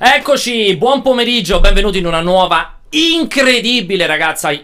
Eccoci, buon pomeriggio, benvenuti in una nuova incredibile ragazze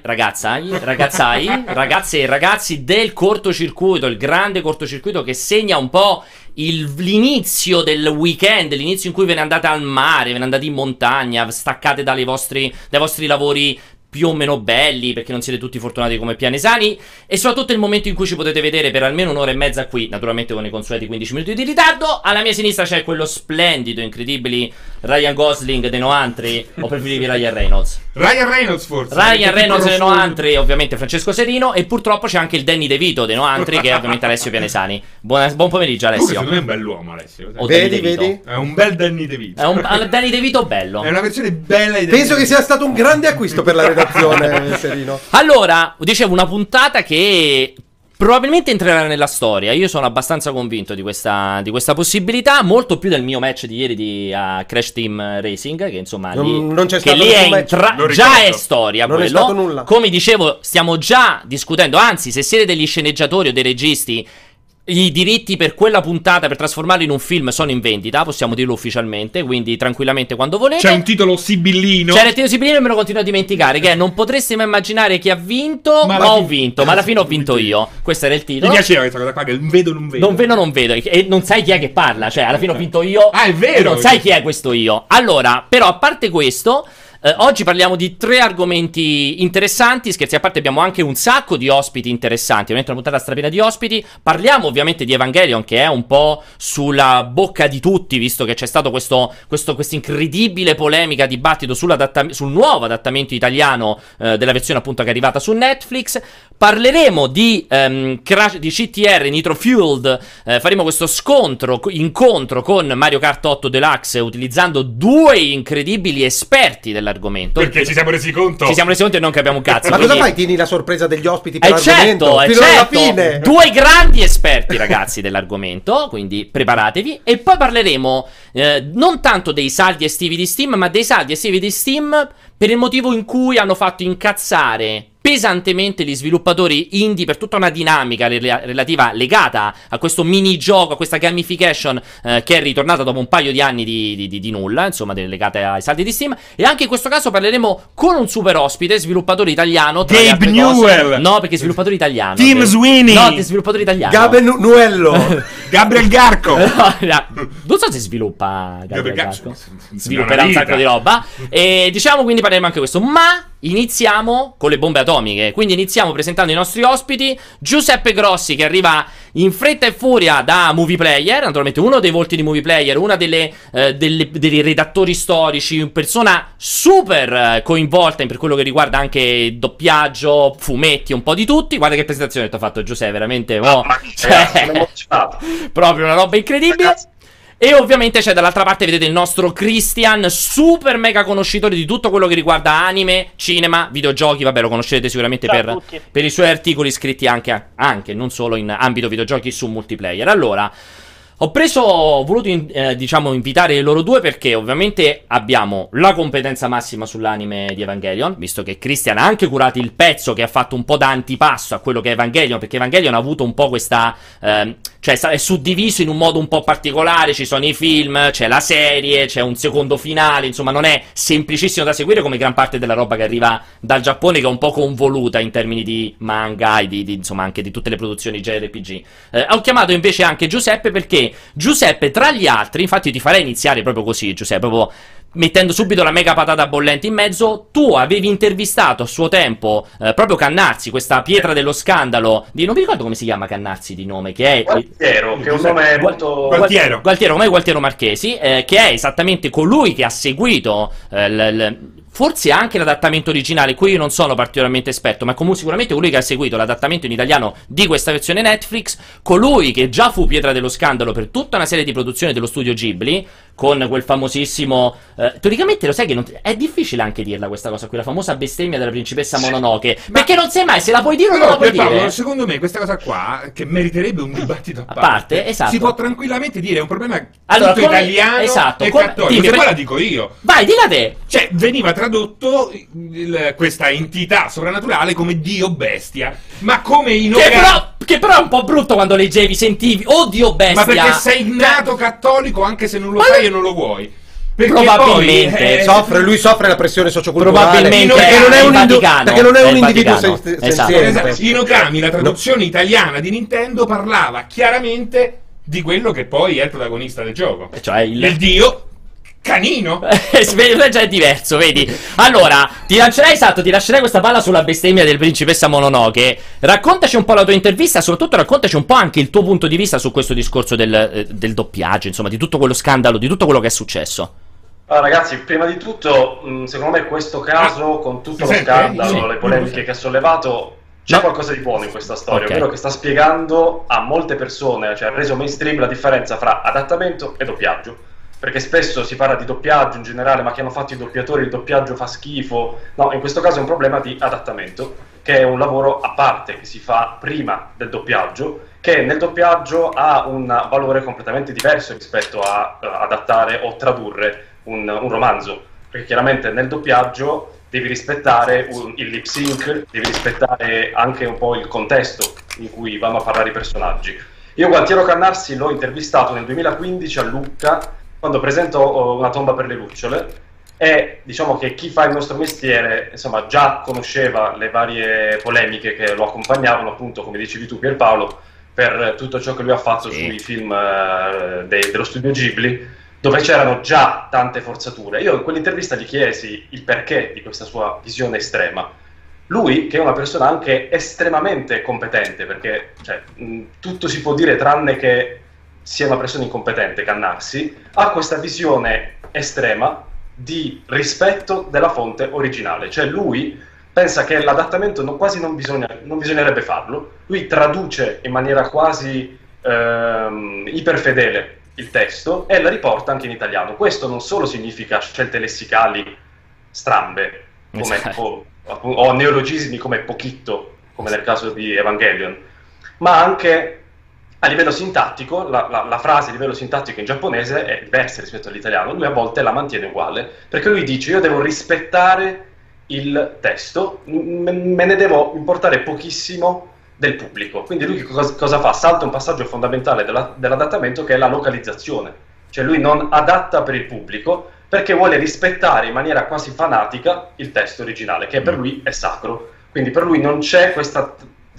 e ragazzi del cortocircuito, il grande cortocircuito che segna un po' l'inizio del weekend, l'inizio in cui ve ne andate al mare, ve ne andate in montagna, staccate dai vostri lavori più o meno belli, perché non siete tutti fortunati come Pianesani, e soprattutto il momento in cui ci potete vedere per almeno un'ora e mezza qui, naturalmente con i consueti 15 minuti di ritardo. Alla mia sinistra c'è quello splendido, incredibile Ryan Gosling dei Noantri, o preferivi Ryan Reynolds? Ryan Reynolds forse. Ryan Reynolds dei Noantri, ovviamente Francesco Serino, e purtroppo c'è anche il Danny DeVito dei Noantri, che è ovviamente Alessio Pianesani. Buon pomeriggio Alessio. Secondo me è un bell'uomo Alessio. Vedi? È un bel Danny DeVito. È un Danny DeVito bello. È una versione bella di Penso che sia stato un grande acquisto per la redazione, Serino. Allora, dicevo, una puntata che probabilmente entrerà nella storia. Io sono abbastanza convinto di questa possibilità, molto più del mio match di ieri di Crash Team Racing, che insomma non c'è che stato lì è già è storia. Non quello. è stato nulla. Come dicevo, stiamo già discutendo, anzi, se siete degli sceneggiatori o dei registi, i diritti per quella puntata, per trasformarlo in un film, sono in vendita, possiamo dirlo ufficialmente, quindi tranquillamente quando volete. C'è un titolo sibillino. C'era il titolo sibillino e me lo continuo a dimenticare, che è "Non potreste mai immaginare chi ha vinto, ma ho vinto, ma alla fine ho vinto io". Questo era il titolo. Mi piaceva questa cosa qua, che vedo non vedo. Non vedo, e non sai chi è che parla, cioè alla fine ho vinto io. Ah, è vero. E non sai chi è questo io. Allora, però, a parte questo, oggi parliamo di 3 argomenti interessanti. Scherzi a parte, abbiamo anche un sacco di ospiti interessanti, ovviamente una puntata strapiena di ospiti. Parliamo ovviamente di Evangelion, che è un po' sulla bocca di tutti, visto che c'è stato questa incredibile polemica, dibattito sul nuovo adattamento italiano della versione appunto che è arrivata su Netflix. Parleremo di CTR Nitro Fueled, faremo questo incontro con Mario Kart 8 Deluxe, utilizzando 2 incredibili esperti dell'argomento. Perché ci siamo resi conto? Ci siamo resi conto e non capiamo un cazzo. Ma cosa fai? Tieni la sorpresa degli ospiti per l'argomento? Fino alla fine. 2 grandi esperti, ragazzi, dell'argomento, quindi preparatevi. E poi parleremo non tanto dei saldi estivi di Steam, ma dei saldi estivi di Steam per il motivo in cui hanno fatto incazzare pesantemente gli sviluppatori indie per tutta una dinamica relativa legata a questo minigioco, a questa gamification che è ritornata dopo un paio di anni di nulla, insomma, legate ai saldi di Steam. E anche in questo caso parleremo con un super ospite, sviluppatore italiano, Gabe Newell. No, perché sviluppatore italiano. Tim Sweeney. No, sviluppatore italiano. Gabe Nuello. Gabriel Garco. Non so se sviluppa Gabriel Garco. Svilupperà un sacco di roba. E diciamo, quindi parleremo anche questo. Ma iniziamo con le bombe atomiche. Quindi iniziamo presentando i nostri ospiti. Giuseppe Grossi, che arriva in fretta e furia da Movie Player, naturalmente uno dei volti di Movie Player, una dei redattori storici, persona super coinvolta per quello che riguarda anche doppiaggio, fumetti, un po' di tutti. Guarda che presentazione ti ho fatto, Giuseppe, veramente proprio una roba incredibile. Ragazzi. E ovviamente c'è dall'altra parte, vedete, il nostro Christian, super mega conoscitore di tutto quello che riguarda anime, cinema, videogiochi. Vabbè, lo conoscerete sicuramente per i suoi articoli scritti anche non solo in ambito videogiochi, su multiplayer. Allora, ho voluto invitare loro due perché ovviamente abbiamo la competenza massima sull'anime di Evangelion, visto che Christian ha anche curato il pezzo che ha fatto un po' da antipasto a quello che è Evangelion, perché Evangelion ha avuto un po' questa cioè è suddiviso in un modo un po' particolare, ci sono i film, c'è la serie, c'è un secondo finale, insomma non è semplicissimo da seguire come gran parte della roba che arriva dal Giappone, che è un po' convoluta in termini di manga e insomma anche di tutte le produzioni JRPG. Ho chiamato invece anche Giuseppe perché Giuseppe, tra gli altri, infatti io ti farei iniziare proprio così, Giuseppe, proprio mettendo subito la mega patata bollente in mezzo. Tu avevi intervistato a suo tempo proprio Cannarsi, questa pietra dello scandalo di, non mi ricordo come si chiama Cannarsi di nome, che è Gualtiero, che è un nome molto... Gualtiero, come Gualtiero Marchesi, che è esattamente colui che ha seguito forse anche l'adattamento originale. Qui io non sono particolarmente esperto, ma comunque sicuramente colui che ha seguito l'adattamento in italiano di questa versione Netflix, colui che già fu pietra dello scandalo per tutta una serie di produzioni dello studio Ghibli, con quel famosissimo teoricamente, lo sai che è difficile anche dirla questa cosa qui, la famosa bestemmia della principessa Mononoke, perché non sai mai se la puoi dire o non la puoi dire. Secondo me questa cosa qua, che meriterebbe un dibattito a parte, esatto, si può tranquillamente dire, è un problema tutto italiano, esatto, e cattolico. Se poi la dico io, vai, dilla te. Cioè, veniva tradotto questa entità soprannaturale come Dio bestia, ma come in che però è un po' brutto quando leggevi, sentivi, oh Dio bestia. Ma perché sei nato cattolico anche se non lo sai e non lo vuoi. Probabilmente lui soffre la pressione socioculturale. Probabilmente perché non è un individuo senziente. Esatto. In Okami la traduzione italiana di Nintendo parlava chiaramente di quello che poi è il protagonista del gioco, cioè il dio canino. Già è diverso, vedi. Allora, ti lascerei questa palla sulla bestemmia del principessa Mononoke. Raccontaci un po' la tua intervista, soprattutto raccontaci un po' anche il tuo punto di vista su questo discorso del doppiaggio, insomma, di tutto quello scandalo, di tutto quello che è successo. Allora, ragazzi, prima di tutto, secondo me questo caso, con tutto lo scandalo, le polemiche che ha sollevato, c'è qualcosa di buono in questa storia, ovvero che sta spiegando a molte persone, cioè ha reso mainstream la differenza fra adattamento e doppiaggio. Perché spesso si parla di doppiaggio in generale, ma che hanno fatto i doppiatori, il doppiaggio fa schifo. No, in questo caso è un problema di adattamento, che è un lavoro a parte che si fa prima del doppiaggio, che nel doppiaggio ha un valore completamente diverso rispetto a adattare o tradurre un romanzo. Perché chiaramente nel doppiaggio devi rispettare il lip sync, devi rispettare anche un po' il contesto in cui vanno a parlare i personaggi. Io Gualtiero Cannarsi l'ho intervistato nel 2015 a Lucca, quando presento Una tomba per le lucciole, e diciamo che chi fa il nostro mestiere, insomma, già conosceva le varie polemiche che lo accompagnavano, appunto, come dicevi tu Pierpaolo, per tutto ciò che lui ha fatto sui film dello studio Ghibli, dove c'erano già tante forzature. Io in quell'intervista gli chiesi il perché di questa sua visione estrema. Lui, che è una persona anche estremamente competente, perché tutto si può dire tranne che sia una persona incompetente, Cannarsi, ha questa visione estrema di rispetto della fonte originale. Cioè lui pensa che l'adattamento quasi non bisognerebbe farlo. Lui traduce in maniera quasi iperfedele il testo e la riporta anche in italiano. Questo non solo significa scelte lessicali strambe, come o neologismi come pochitto, come nel caso di Evangelion, ma anche a livello sintattico, la frase a livello sintattico in giapponese è diversa rispetto all'italiano. Lui a volte la mantiene uguale, perché lui dice: io devo rispettare il testo, me ne devo importare pochissimo del pubblico. Quindi lui cosa fa? Salta un passaggio fondamentale dell'adattamento, che è la localizzazione. Cioè lui non adatta per il pubblico, perché vuole rispettare in maniera quasi fanatica il testo originale, che per lui è sacro. Quindi per lui non c'è questo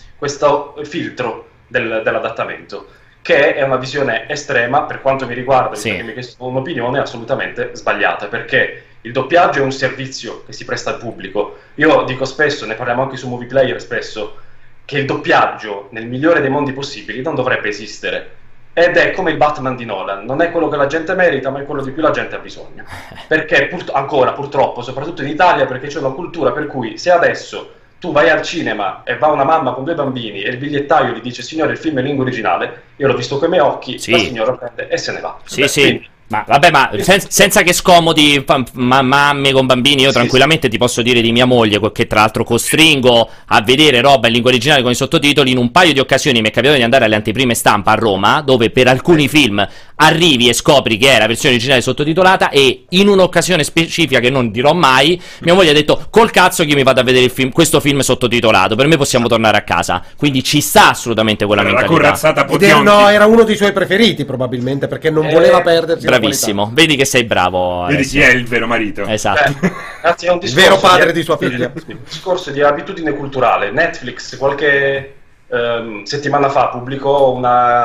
filtro dell'adattamento, che è una visione estrema, per quanto mi riguarda, perché mi ha chiesto un'opinione assolutamente sbagliata, perché il doppiaggio è un servizio che si presta al pubblico. Io dico spesso, ne parliamo anche su Movie Player spesso, che il doppiaggio nel migliore dei mondi possibili non dovrebbe esistere, ed è come il Batman di Nolan, non è quello che la gente merita, ma è quello di cui la gente ha bisogno, perché ancora purtroppo, soprattutto in Italia, perché c'è una cultura per cui se adesso tu vai al cinema e va una mamma con 2 bambini e il bigliettaio gli dice: signore, il film è in lingua originale, io l'ho visto con i miei occhi, la signora prende e se ne va. Quindi, ma vabbè, senza che scomodi mamme con bambini, io tranquillamente ti posso dire di mia moglie, che tra l'altro costringo a vedere roba in lingua originale con i sottotitoli. In un paio di occasioni mi è capitato di andare alle anteprime stampa a Roma, dove per alcuni film arrivi e scopri che è la versione originale sottotitolata, e in un'occasione specifica che non dirò mai, mia moglie ha detto: col cazzo che io mi vado a vedere questo film sottotitolato, per me possiamo tornare a casa. Quindi ci sta assolutamente quella mentalità. La corazzata era uno dei suoi preferiti probabilmente, perché non voleva perdersi. Bravissimo, vedi che sei bravo. Vedi chi è il vero marito. Esatto. Ragazzi, è un discorso vero padre di sua figlia. Un discorso di abitudine culturale. Netflix qualche settimana fa pubblicò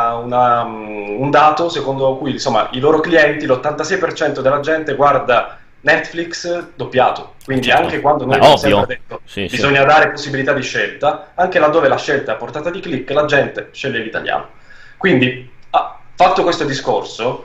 un dato secondo cui, insomma, i loro clienti, l'86% della gente guarda Netflix doppiato. Quindi anche quando noi abbiamo sempre detto bisogna dare possibilità di scelta, anche laddove la scelta è a portata di click, la gente sceglie l'italiano. Quindi, fatto questo discorso,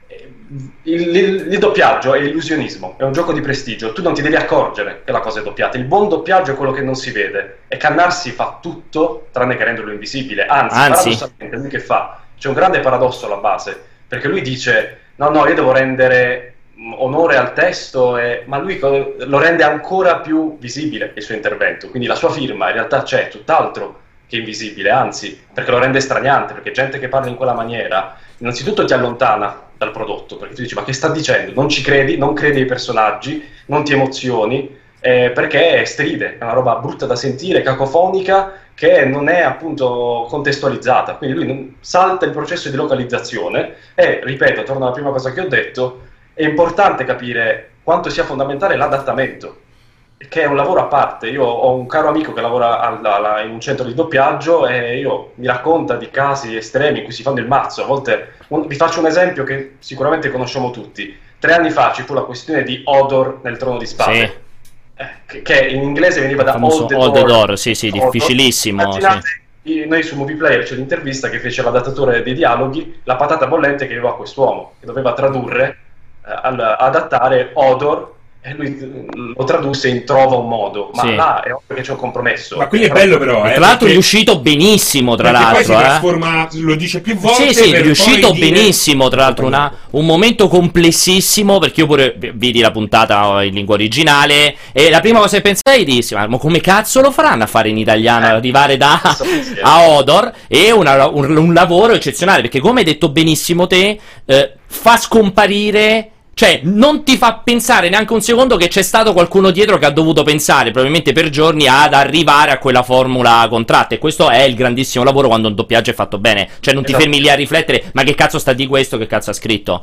il doppiaggio è illusionismo, è un gioco di prestigio. Tu non ti devi accorgere che la cosa è doppiata. Il buon doppiaggio è quello che non si vede, e Cannarsi fa tutto tranne che renderlo invisibile. Anzi, paradossalmente lui che fa? C'è un grande paradosso alla base, perché lui dice: no, io devo rendere onore al testo, ma lui lo rende ancora più visibile il suo intervento. Quindi la sua firma in realtà c'è tutt'altro che invisibile, anzi, perché lo rende estraniante, perché gente che parla in quella maniera innanzitutto ti allontana dal prodotto, perché tu dici: ma che sta dicendo? Non ci credi, non credi ai personaggi, non ti emozioni, perché stride, è una roba brutta da sentire, cacofonica, che non è appunto contestualizzata. Quindi lui salta il processo di localizzazione e, ripeto, torno alla prima cosa che ho detto, è importante capire quanto sia fondamentale l'adattamento, che è un lavoro a parte. Io ho un caro amico che lavora in un centro di doppiaggio e mi racconta di casi estremi in cui si fanno il mazzo. A volte, vi faccio un esempio che sicuramente conosciamo tutti. 3 anni fa ci fu la questione di Hodor nel Trono di Spade, che in inglese veniva da Hold the Door. Sì, difficilissimo. Noi su Movie Player c'è l'intervista che fece l'adattatore dei dialoghi, la patata bollente che aveva quest'uomo, che doveva tradurre, adattare Hodor, e lui lo tradusse in Trova un modo, ma là è ovvio che c'è un compromesso. Ma qui è bello però, tra l'altro è riuscito benissimo, tra l'altro poi si trasforma, lo dice più volte, sì, è riuscito benissimo, tra l'altro un momento complessissimo, perché io pure vidi la puntata in lingua originale e la prima cosa che pensai dissi, ma come cazzo lo faranno a fare in italiano, arrivare a Hodor? È un lavoro eccezionale, perché come hai detto benissimo te, fa scomparire. Cioè, non ti fa pensare neanche un secondo che c'è stato qualcuno dietro che ha dovuto pensare, probabilmente per giorni, ad arrivare a quella formula contratta. E questo è il grandissimo lavoro quando un doppiaggio è fatto bene. Cioè, non ti fermi lì a riflettere, ma che cazzo sta di questo, che cazzo ha scritto?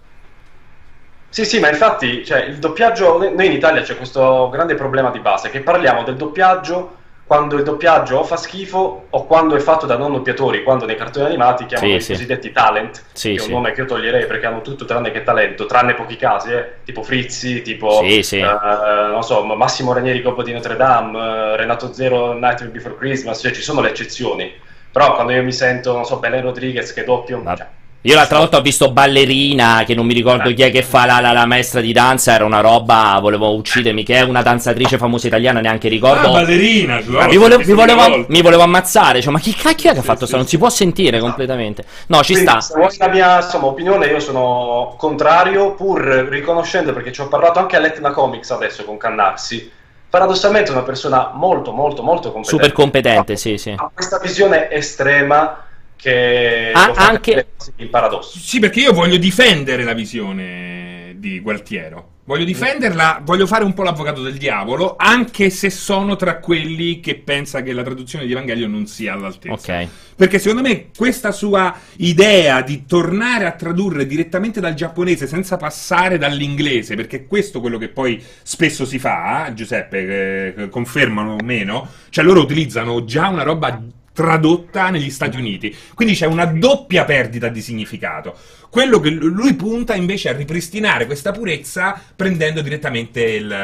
Sì, ma infatti, cioè, il doppiaggio, noi in Italia c'è questo grande problema di base, che parliamo del doppiaggio quando il doppiaggio o fa schifo o quando è fatto da non doppiatori, quando nei cartoni animati chiamano i cosiddetti talent, che è un nome che io toglierei perché hanno tutto tranne che talento, tranne pochi casi, tipo Frizzi, tipo non so, Massimo Ranieri Gobbo di Notre Dame, Renato Zero Nightmare Before Christmas, cioè ci sono le eccezioni, però quando io mi sento, non so, Belen Rodriguez che doppio, io l'altra volta ho visto Ballerina, che non mi ricordo chi è che fa la maestra di danza, era una roba, volevo uccidermi, che è una danzatrice famosa italiana, neanche ricordo. Ballerina, mi volevo ammazzare, cioè, ma chi cacchio è che ha fatto questo? Non si può sentire completamente. No, ci sta. Se vuoi la mia opinione, io sono contrario, pur riconoscendo, perché ci ho parlato anche all'Etna Comics adesso con Cannarsi. Paradossalmente è una persona molto competente. Super competente, sì. Ha questa visione estrema che anche il paradosso. Sì, perché io voglio difendere la visione di Gualtiero. Voglio difenderla, voglio fare un po' l'avvocato del diavolo, anche se sono tra quelli che pensa che la traduzione di Evangelion non sia all'altezza. Ok. Perché secondo me questa sua idea di tornare a tradurre direttamente dal giapponese senza passare dall'inglese, perché questo è quello che poi spesso si fa, Giuseppe, confermano o meno, cioè loro utilizzano già una roba tradotta negli Stati Uniti, quindi c'è una doppia perdita di significato. Quello che lui punta invece a ripristinare questa purezza prendendo direttamente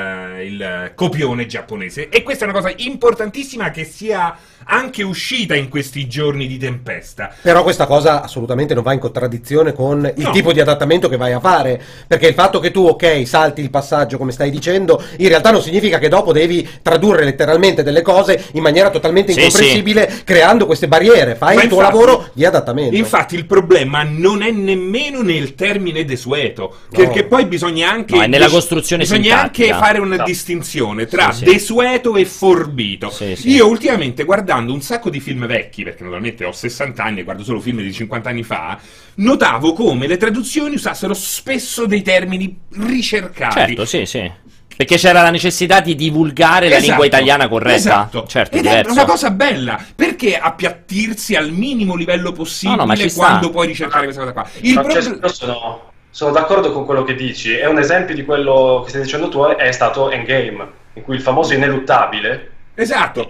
il copione giapponese, e questa è una cosa importantissima che sia anche uscita in questi giorni di tempesta. Però questa cosa assolutamente non va in contraddizione con il tipo di adattamento che vai a fare, perché il fatto che tu, ok, salti il passaggio come stai dicendo, in realtà non significa che dopo devi tradurre letteralmente delle cose in maniera totalmente incomprensibile, creando queste barriere. Fai il tuo lavoro di adattamento. Infatti il problema non è nemmeno nel termine desueto, perché poi bisogna anche è nella costruzione anche fare una distinzione tra desueto e forbito. Io ultimamente, guardando un sacco di film vecchi, perché naturalmente ho 60 anni e guardo solo film di 50 anni fa, notavo come le traduzioni usassero spesso dei termini ricercati. Certo, perché c'era la necessità di divulgare la lingua italiana corretta. Certo, ed è una cosa bella, perché appiattirsi al minimo livello possibile quando puoi ricercare questa cosa qua. Sono d'accordo con quello che dici, è un esempio di quello che stai dicendo tu, è stato Endgame, in cui il famoso ineluttabile. Esatto,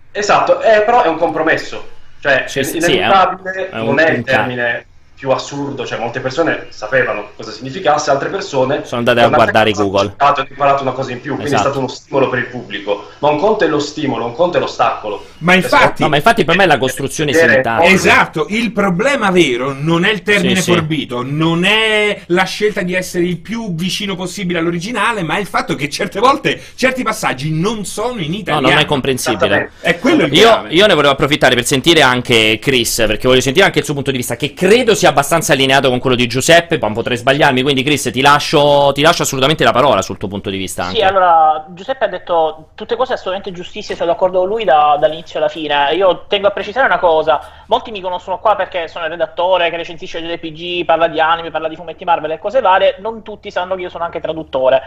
però è un compromesso, cioè ineluttabile non è il termine più assurdo, cioè molte persone sapevano cosa significasse, altre persone sono andate a guardare Google, hanno imparato una cosa in più, quindi è stato uno stimolo per il pubblico, ma un conto è lo stimolo, un conto è l'ostacolo. Ma infatti per me è la costruzione sintattica. Esatto, il problema vero non è il termine forbito, non è la scelta di essere il più vicino possibile all'originale, ma è il fatto che certe volte certi passaggi non sono in italiano. Non è comprensibile. È quello il grave. Io ne volevo approfittare per sentire anche Chris, perché voglio sentire anche il suo punto di vista, che credo sia abbastanza allineato con quello di Giuseppe, ma potrei sbagliarmi, quindi Chris ti lascio assolutamente la parola sul tuo punto di vista anche. Sì, allora Giuseppe ha detto tutte cose assolutamente giustissime, sono d'accordo con lui dall'inizio alla fine. Io tengo a precisare una cosa: molti mi conoscono qua perché sono il redattore che recensisce JRPG, parla di anime, parla di fumetti Marvel e cose varie. Non tutti sanno che io sono anche traduttore,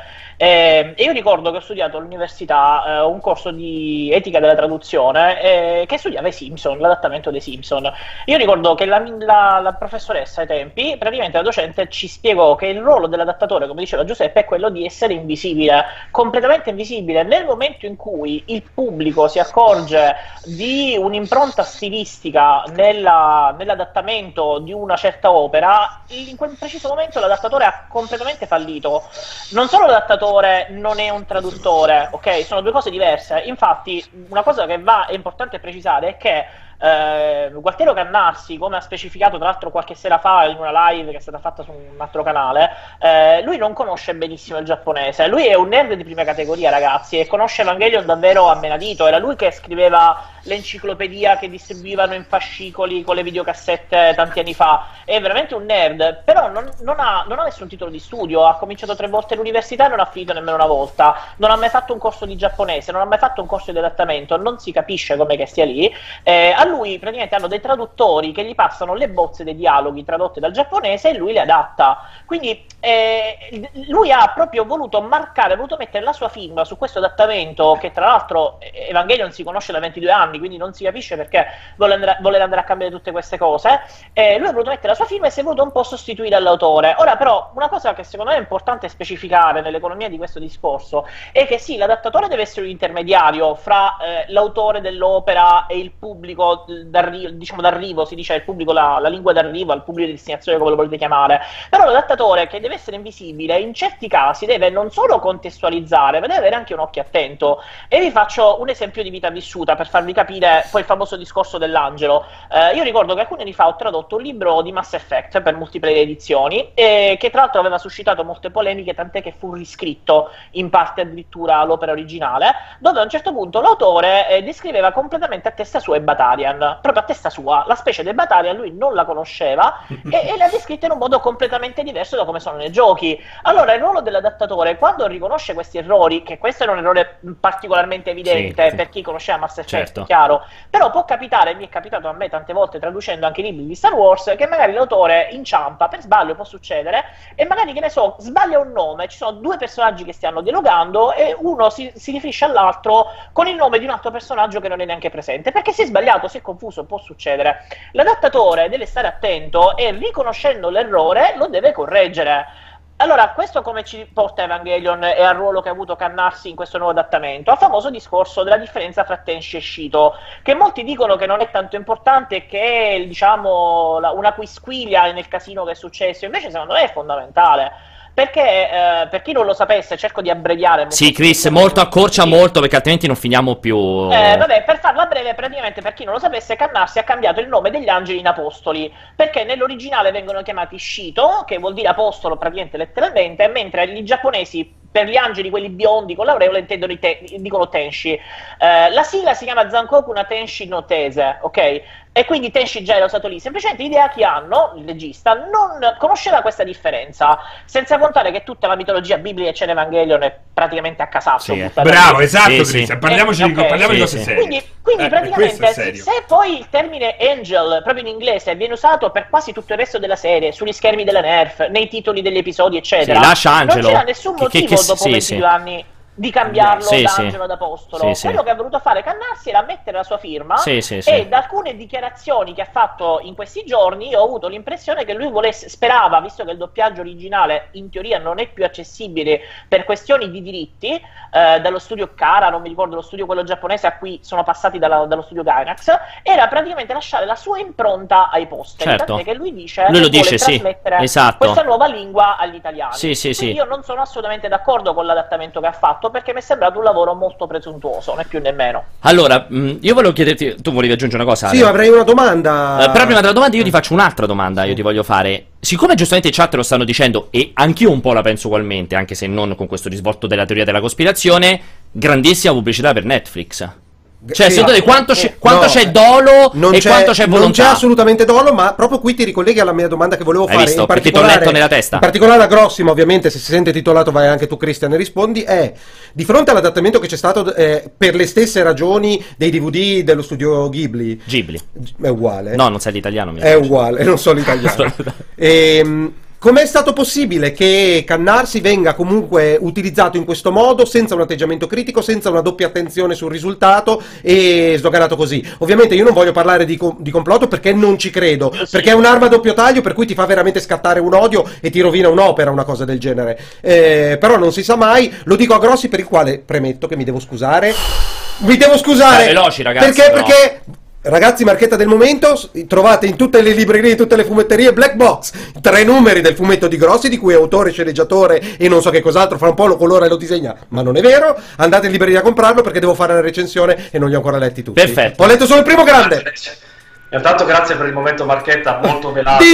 e io ricordo che ho studiato all'università un corso di etica della traduzione che studiava i Simpson, l'adattamento dei Simpson. Io ricordo che la professoressa professoressa ai tempi, praticamente la docente ci spiegò che il ruolo dell'adattatore, come diceva Giuseppe, è quello di essere invisibile, completamente invisibile. Nel momento in cui il pubblico si accorge di un'impronta stilistica nell'adattamento di una certa opera, in quel preciso momento l'adattatore ha completamente fallito. Non solo l'adattatore non è un traduttore, ok? Sono due cose diverse. Infatti, una cosa che è importante precisare è che Gualtiero Cannarsi, come ha specificato tra l'altro qualche sera fa in una live che è stata fatta su un altro canale, lui non conosce benissimo il giapponese. Lui è un nerd di prima categoria, ragazzi, e conosce Evangelion davvero a menadito. Era lui che scriveva l'enciclopedia che distribuivano in fascicoli con le videocassette tanti anni fa. È veramente un nerd, però non ha nessun titolo di studio. Ha cominciato 3 volte l'università e non ha finito nemmeno una volta. Non ha mai fatto un corso di giapponese, non ha mai fatto un corso di adattamento, non si capisce come che stia lì. A lui praticamente hanno dei traduttori che gli passano le bozze dei dialoghi tradotte dal giapponese e lui le adatta. Quindi lui ha proprio voluto mettere la sua firma su questo adattamento, che tra l'altro Evangelion si conosce da 22 anni, quindi non si capisce perché voler andare a cambiare tutte queste cose. Lui ha voluto mettere la sua firma e si è voluto un po' sostituire all'autore. Ora però una cosa che secondo me è importante specificare nell'economia di questo discorso è che sì, l'adattatore deve essere un intermediario fra l'autore dell'opera e il pubblico d'arrivo, si dice il pubblico, la lingua d'arrivo, al pubblico di destinazione, come lo volete chiamare. Però l'adattatore, che deve essere invisibile, in certi casi deve non solo contestualizzare, ma deve avere anche un occhio attento. E vi faccio un esempio di vita vissuta per farvi capire poi il famoso discorso dell'angelo. Io ricordo che alcuni anni fa ho tradotto un libro di Mass Effect per multiple edizioni, che tra l'altro aveva suscitato molte polemiche, tant'è che fu riscritto in parte addirittura l'opera originale, dove a un certo punto l'autore descriveva completamente a testa sua i Batarian, proprio a testa sua, la specie dei Batarian lui non la conosceva e l'ha descritta in un modo completamente diverso da come sono nei giochi. Allora il ruolo dell'adattatore, quando riconosce questi errori, che questo era un errore particolarmente evidente per chi conosceva Mass Effect, chiaro, però può capitare, mi è capitato a me tante volte traducendo anche libri di Star Wars, che magari l'autore inciampa per sbaglio, può succedere, e magari, che ne so, sbaglia un nome, ci sono 2 personaggi che stiano dialogando e uno si riferisce all'altro con il nome di un altro personaggio che non è neanche presente, perché si è sbagliato, si è confuso, può succedere. L'adattatore deve stare attento e, riconoscendo l'errore, lo deve correggere. Allora, questo come ci porta Evangelion e al ruolo che ha avuto Cannarsi in questo nuovo adattamento? Al famoso discorso della differenza tra Tenshi e Shito, che molti dicono che non è tanto importante, che è, diciamo, una quisquiglia nel casino che è successo, invece secondo me è fondamentale. Perché, per chi non lo sapesse, cerco di abbreviare. Sì, Chris, molto accorcia molto, perché altrimenti non finiamo più. Vabbè, per farla breve, praticamente, per chi non lo sapesse, Cannarsi ha cambiato il nome degli angeli in apostoli, perché nell'originale vengono chiamati Shito, che vuol dire apostolo praticamente letteralmente, mentre gli giapponesi, per gli angeli, quelli biondi con l'aureola, dicono Tenshi. La sigla si chiama Zankoku na Tenshi no Tese, ok? E quindi Tenshi già era usato lì. Semplicemente Hideaki Anno, il regista, non conosceva questa differenza, senza contare che tutta la mitologia biblica e c'è Evangelion è praticamente a casaccio. Bravo, esatto, Chris, parliamoci di cose serie. Quindi praticamente, se poi il termine Angel, proprio in inglese, viene usato per quasi tutto il resto della serie, sugli schermi della Nerf, nei titoli degli episodi, eccetera, lascia Angelo. Non c'era nessun motivo dopo 22 anni di cambiarlo da angelo ad apostolo. Quello che ha voluto fare Cannarsi era mettere la sua firma, e da alcune dichiarazioni che ha fatto in questi giorni io ho avuto l'impressione che lui sperava, visto che il doppiaggio originale in teoria non è più accessibile per questioni di diritti, dallo studio Kara, non mi ricordo lo studio quello giapponese a cui sono passati dallo studio Gainax, era praticamente lasciare la sua impronta ai posteri, tant'è che lui dice che vuole trasmettere questa nuova lingua agli italiani. Quindi io non sono assolutamente d'accordo con l'adattamento che ha fatto, perché mi è sembrato un lavoro molto presuntuoso, né più né meno. Allora, io volevo chiederti, tu volevi aggiungere una cosa? Sì, avrei una domanda. Però prima della domanda io ti faccio un'altra domanda, io ti voglio fare. Siccome giustamente in chat lo stanno dicendo, e anch'io un po' la penso ugualmente, anche se non con questo risvolto della teoria della cospirazione, grandissima pubblicità per Netflix. Cioè, secondo te quanto c'è dolo e quanto c'è volontà? Non c'è assolutamente dolo, ma proprio qui ti ricolleghi alla mia domanda che volevo fare. Visto? Perché ti ho letto nella testa. In particolare la Grossima, ovviamente, se si sente titolato vai anche tu, Christian, e rispondi, è di fronte all'adattamento che c'è stato per le stesse ragioni dei DVD dello studio Ghibli. Ghibli. È uguale. No, non sai l'italiano. È uguale, non so l'italiano. com'è stato possibile che Cannarsi venga comunque utilizzato in questo modo, senza un atteggiamento critico, senza una doppia attenzione sul risultato e sdoganato così? Ovviamente io non voglio parlare di complotto perché non ci credo, perché è un'arma a doppio taglio per cui ti fa veramente scattare un odio e ti rovina un'opera, una cosa del genere. Però non si sa mai, lo dico a Grossi, per il quale premetto che mi devo scusare. Veloci, ragazzi, perché ragazzi, marchetta del momento, trovate in tutte le librerie, in tutte le fumetterie Black Box, 3 numeri del fumetto di Grossi, di cui è autore, sceneggiatore e non so che cos'altro, fra un po' lo colora e lo disegna, ma non è vero. Andate in libreria a comprarlo perché devo fare la recensione e non li ho ancora letti tutti. Perfetto. Ho letto solo il primo grande. Intanto grazie per il momento marchetta, molto veloce.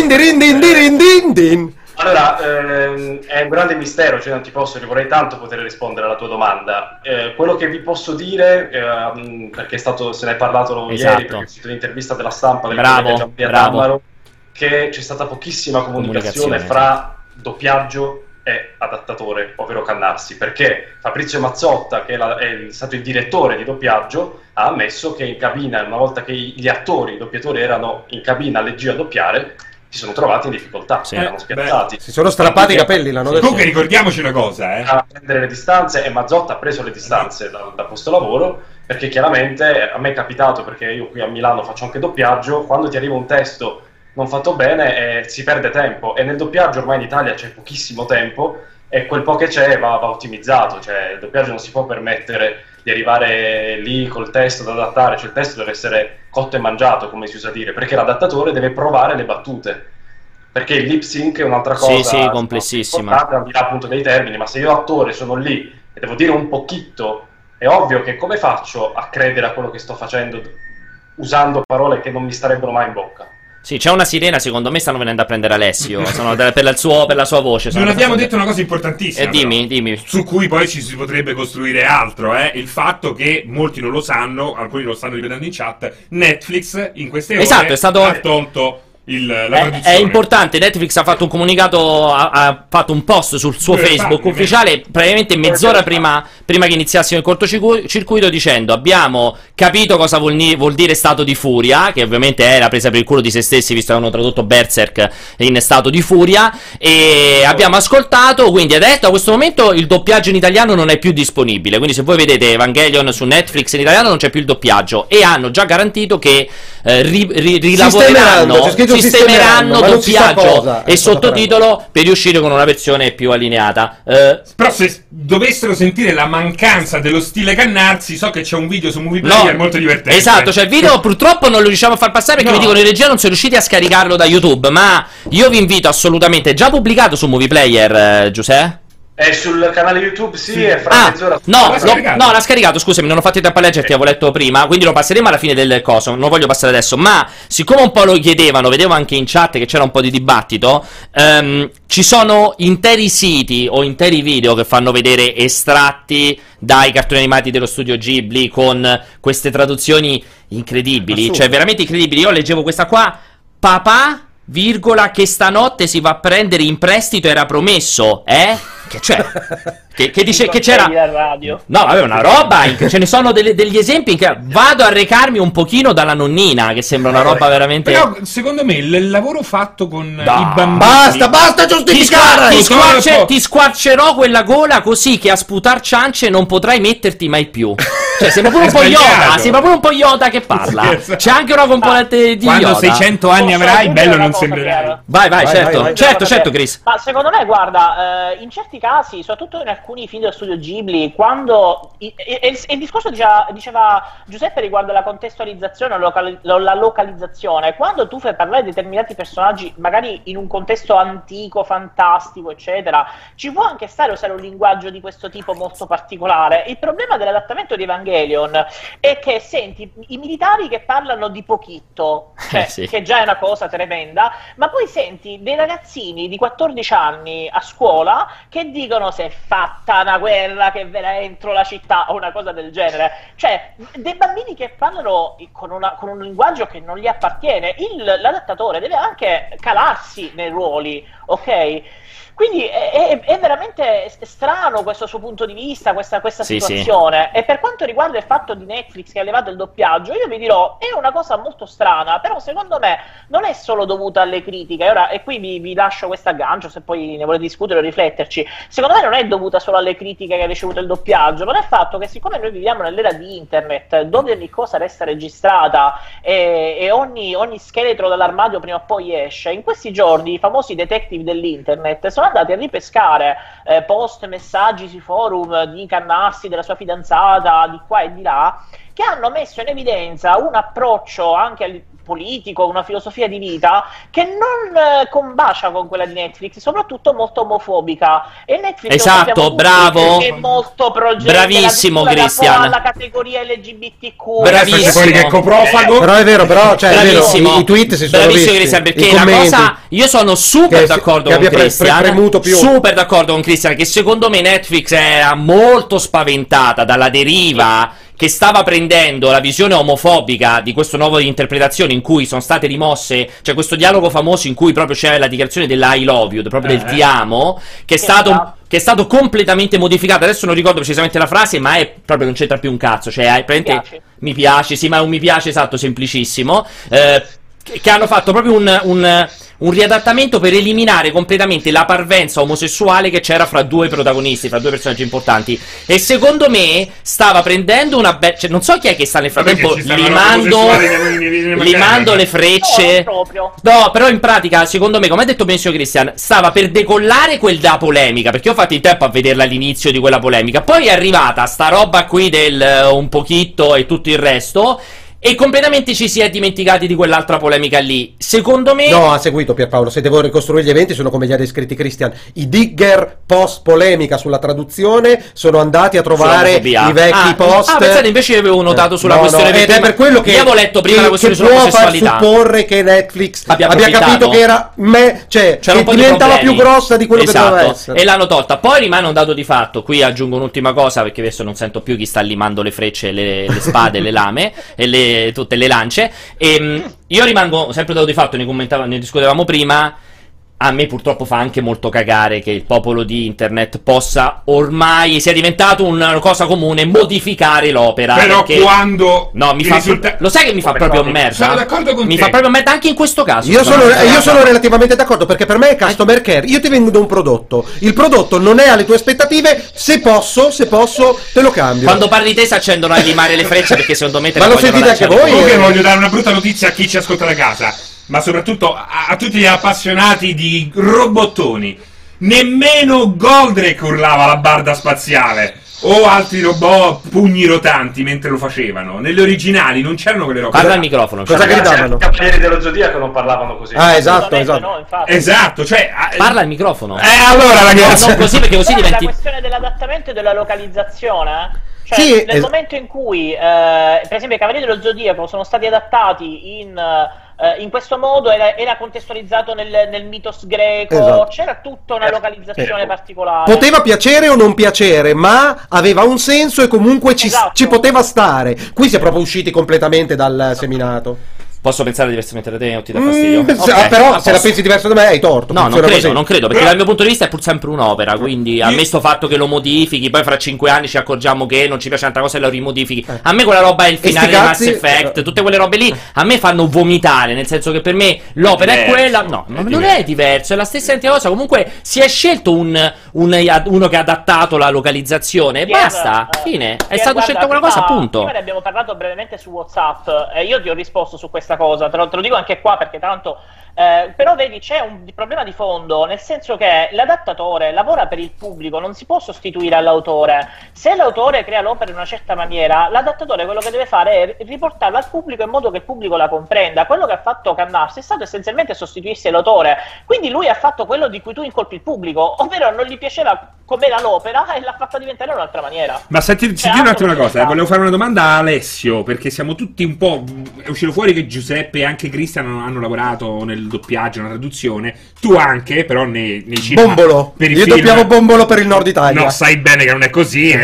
Din. Allora, è un grande mistero, cioè non ti posso, vorrei tanto poter rispondere alla tua domanda. Quello che vi posso dire, perché se ne è parlato ieri, perché è uscita un'intervista della Stampa del collega Gianpier Tammaro, che c'è stata pochissima comunicazione fra doppiaggio e adattatore, ovvero Cannarsi, perché Fabrizio Mazzotta, che è stato il direttore di doppiaggio, ha ammesso che in cabina, una volta che gli attori, i doppiatori erano in cabina a leggere a doppiare, si sono trovati in difficoltà, erano spiazzati. Si sono strappati i capelli, l'hanno detto. Comunque ricordiamoci una cosa, a prendere le distanze, e Mazzotta ha preso le distanze da questo lavoro, perché chiaramente a me è capitato, perché io qui a Milano faccio anche doppiaggio, quando ti arriva un testo non fatto bene si perde tempo, e nel doppiaggio ormai in Italia c'è pochissimo tempo e quel po' che c'è va ottimizzato, cioè il doppiaggio non si può permettere di arrivare lì col testo da adattare, cioè il testo deve essere cotto e mangiato, come si usa dire, perché l'adattatore deve provare le battute, perché il lip sync è un'altra cosa complessissima, al di là appunto dei termini, ma se io attore sono lì e devo dire un pochino, è ovvio che come faccio a credere a quello che sto facendo usando parole che non mi starebbero mai in bocca? Sì, c'è una sirena, secondo me stanno venendo a prendere Alessio, per la sua voce. Non abbiamo detto una cosa importantissima, dimmi. Su cui poi ci si potrebbe costruire altro, il fatto che molti non lo sanno, alcuni lo stanno ripetendo in chat, Netflix in queste ore ha tolto la traduzione. È importante, Netflix ha fatto un comunicato, ha fatto un post sul suo Facebook ufficiale praticamente mezz'ora prima che iniziassimo il cortocircuito, dicendo: abbiamo capito cosa vuol dire stato di furia, che ovviamente è la presa per il culo di se stessi, visto che hanno tradotto Berserk in stato di furia, e abbiamo ascoltato, quindi adesso a questo momento il doppiaggio in italiano non è più disponibile, quindi se voi vedete Evangelion su Netflix in italiano non c'è più il doppiaggio, e hanno già garantito che sistemeranno doppiaggio e sottotitolo per riuscire con una versione più allineata. Però se dovessero sentire la mancanza dello stile Cannarsi, so che c'è un video su Movie Player molto divertente. Esatto, cioè il video purtroppo non lo riusciamo a far passare perché mi dicono in regia non sono riusciti a scaricarlo da YouTube, ma io vi invito assolutamente, è già pubblicato su Movie Player, Giuseppe? È sul canale YouTube, è fra mezz'ora. No, l'ha scaricato, scusami, non ho fatto tempo a leggerti, avevo letto prima, quindi lo passeremo alla fine del coso, non lo voglio passare adesso, ma siccome un po' lo chiedevano, vedevo anche in chat che c'era un po' di dibattito, ci sono interi siti o interi video che fanno vedere estratti dai cartoni animati dello studio Ghibli con queste traduzioni incredibili, cioè veramente incredibili. Io leggevo questa qua, papà, virgola, che stanotte si va a prendere in prestito, era promesso, Che c'è? Che dice che c'era. No, vabbè, una roba. Ce ne sono degli esempi che vado a recarmi un pochino dalla nonnina, che sembra una roba veramente. Però secondo me il lavoro fatto con i bambini. Basta giustificare! Ti squarcerò quella gola così che a sputar ciance non potrai metterti mai più. Cioè, sembra pure un po' Yoda che parla. C'è anche una componente di Quando Yoda. 600 anni avrai, bello non sembrerà. Vai, certo, Chris. Ma secondo me, guarda, in certi casi, soprattutto in alcuni film dello studio Ghibli, quando il discorso diceva Giuseppe riguardo la contestualizzazione o la localizzazione, quando tu fai parlare di determinati personaggi magari in un contesto antico, fantastico, eccetera, ci può anche stare usare un linguaggio di questo tipo molto particolare. Il problema dell'adattamento di Evangelion è che senti i militari che parlano di pochitto, cioè, che già è una cosa tremenda, ma poi senti dei ragazzini di 14 anni a scuola che dicono se è fatta una guerra che ve la entro la città o una cosa del genere, cioè dei bambini che parlano con un linguaggio che non gli appartiene. L'adattatore deve anche calarsi nei ruoli, ok? Quindi è veramente strano questo suo punto di vista, questa situazione. E per quanto riguarda il fatto di Netflix che ha levato il doppiaggio, io vi dirò, è una cosa molto strana, però secondo me non è solo dovuta alle critiche. E qui vi lascio questo aggancio, se poi ne volete discutere o rifletterci. Secondo me non è dovuta solo alle critiche che ha ricevuto il doppiaggio, ma al fatto che siccome noi viviamo nell'era di internet, dove ogni cosa resta registrata e ogni scheletro dall'armadio prima o poi esce, in questi giorni i famosi detective dell'internet sono andati a ripescare post, messaggi sui forum di Cannassi, della sua fidanzata, di qua e di là, che hanno messo in evidenza un approccio anche politico, una filosofia di vita che non combacia con quella di Netflix, soprattutto molto omofobica. E Netflix, esatto, bravo, è molto bravissimo Cristian, alla categoria LGBTQ, bravissimo, che è coprofago. Però è vero, cioè, bravissimo, è vero, i tweet si sono visti, Cristian, perché la cosa, io sono super d'accordo con Cristian, super d'accordo con Cristian, che secondo me Netflix era molto spaventata dalla deriva che stava prendendo la visione omofobica di questo nuovo interpretazione, in cui sono state rimosse, cioè questo dialogo famoso in cui proprio c'è la dichiarazione della I love you, proprio del ti amo, che è stato completamente modificato. Adesso non ricordo precisamente la frase, ma è proprio, non c'entra più un cazzo, cioè mi piace, sì, ma è un mi piace, esatto, semplicissimo, che hanno fatto proprio un riadattamento per eliminare completamente la parvenza omosessuale che c'era fra due protagonisti, fra due personaggi importanti. E secondo me stava prendendo una cioè, non so chi è che sta nel frattempo limando le frecce. No, però in pratica, secondo me, come ha detto benissimo Cristian, stava per decollare quella polemica, perché ho fatto in tempo a vederla all'inizio di quella polemica. Poi è arrivata sta roba qui del un pochitto e tutto il resto, e completamente ci si è dimenticati di quell'altra polemica lì. Secondo me... No, ha seguito Pierpaolo, se devo ricostruire gli eventi sono come li ha descritti Cristian. I digger post polemica sulla traduzione sono andati a trovare i vecchi post. Pensate, invece io avevo notato sulla questione ed è per quello che io avevo letto prima la questione sulla omosessualità. Può far supporre che Netflix abbia capito che era che diventava più grossa di quello che doveva essere. E l'hanno tolta. Poi rimane un dato di fatto. Qui aggiungo un'ultima cosa, perché adesso non sento più chi sta limando le frecce, le spade, le lame e tutte le lance. Io rimango sempre dato di fatto, ne discutevamo prima. A me purtroppo fa anche molto cagare che il popolo di internet possa, ormai sia diventato una cosa comune, modificare l'opera. Però quando lo sai che mi fa proprio merda? Sono d'accordo con te. Mi fa proprio merda anche in questo caso. Io sono relativamente d'accordo, perché per me è customer care. Io ti vendo un prodotto, il prodotto non è alle tue aspettative, se posso te lo cambio. Quando parli te si accendono a limare le frecce, perché secondo me te ma lo sentite anche voi? Comunque voglio dare una brutta notizia a chi ci ascolta da casa, ma soprattutto a tutti gli appassionati di robottoni. Nemmeno Goldrake urlava la barda spaziale o altri robot pugni rotanti mentre lo facevano. Nelle originali non c'erano quelle robe. Parla al microfono. Cosa gridavano? I Cavalieri dello Zodiaco non parlavano così. Esatto. No, esatto, cioè parla al microfono. Allora ragazzi, non così, perché così diventi... La questione dell'adattamento e della localizzazione, cioè, sì, nel momento in cui per esempio i Cavalieri dello Zodiaco sono stati adattati in questo modo, era contestualizzato nel mitos greco, esatto. C'era tutta una localizzazione particolare. Poteva piacere o non piacere, ma aveva un senso e comunque ci poteva stare. Qui si è proprio usciti completamente dal seminato. Posso pensare diversamente da te o ti dà fastidio? Però se la pensi diverso da me hai torto. No, non credo, perché dal mio punto di vista è pur sempre un'opera, quindi a me sto fatto che lo modifichi, poi fra 5 anni ci accorgiamo che non ci piace un'altra cosa e lo rimodifichi. A me quella roba è il finale di Mass Effect, tutte quelle robe lì a me fanno vomitare, nel senso che per me l'opera è quella. No, non è diverso, è la stessa identica cosa. Comunque si è scelto uno che ha adattato la localizzazione e basta, fine. È stato scelto quella cosa, appunto. Prima ne abbiamo parlato brevemente su WhatsApp e io ti ho risposto su questa cosa, te lo dico anche qua perché tanto però vedi c'è un problema di fondo, nel senso che l'adattatore lavora per il pubblico, non si può sostituire all'autore. Se l'autore crea l'opera in una certa maniera, l'adattatore quello che deve fare è riportarla al pubblico in modo che il pubblico la comprenda. Quello che ha fatto Cannarsi è stato essenzialmente sostituirsi all'autore, quindi lui ha fatto quello di cui tu incolpi il pubblico, ovvero non gli piaceva com'era l'opera e l'ha fatta diventare in un'altra maniera. Ma senti un attimo una cosa, volevo fare una domanda a Alessio, perché siamo tutti un po'... è uscito fuori che Giuseppe e anche Cristian hanno lavorato nel doppiaggio, nella traduzione, tu anche, però nei cinema. Bombolo, io doppiavo Bombolo per il Nord Italia. No, sai bene che non è così,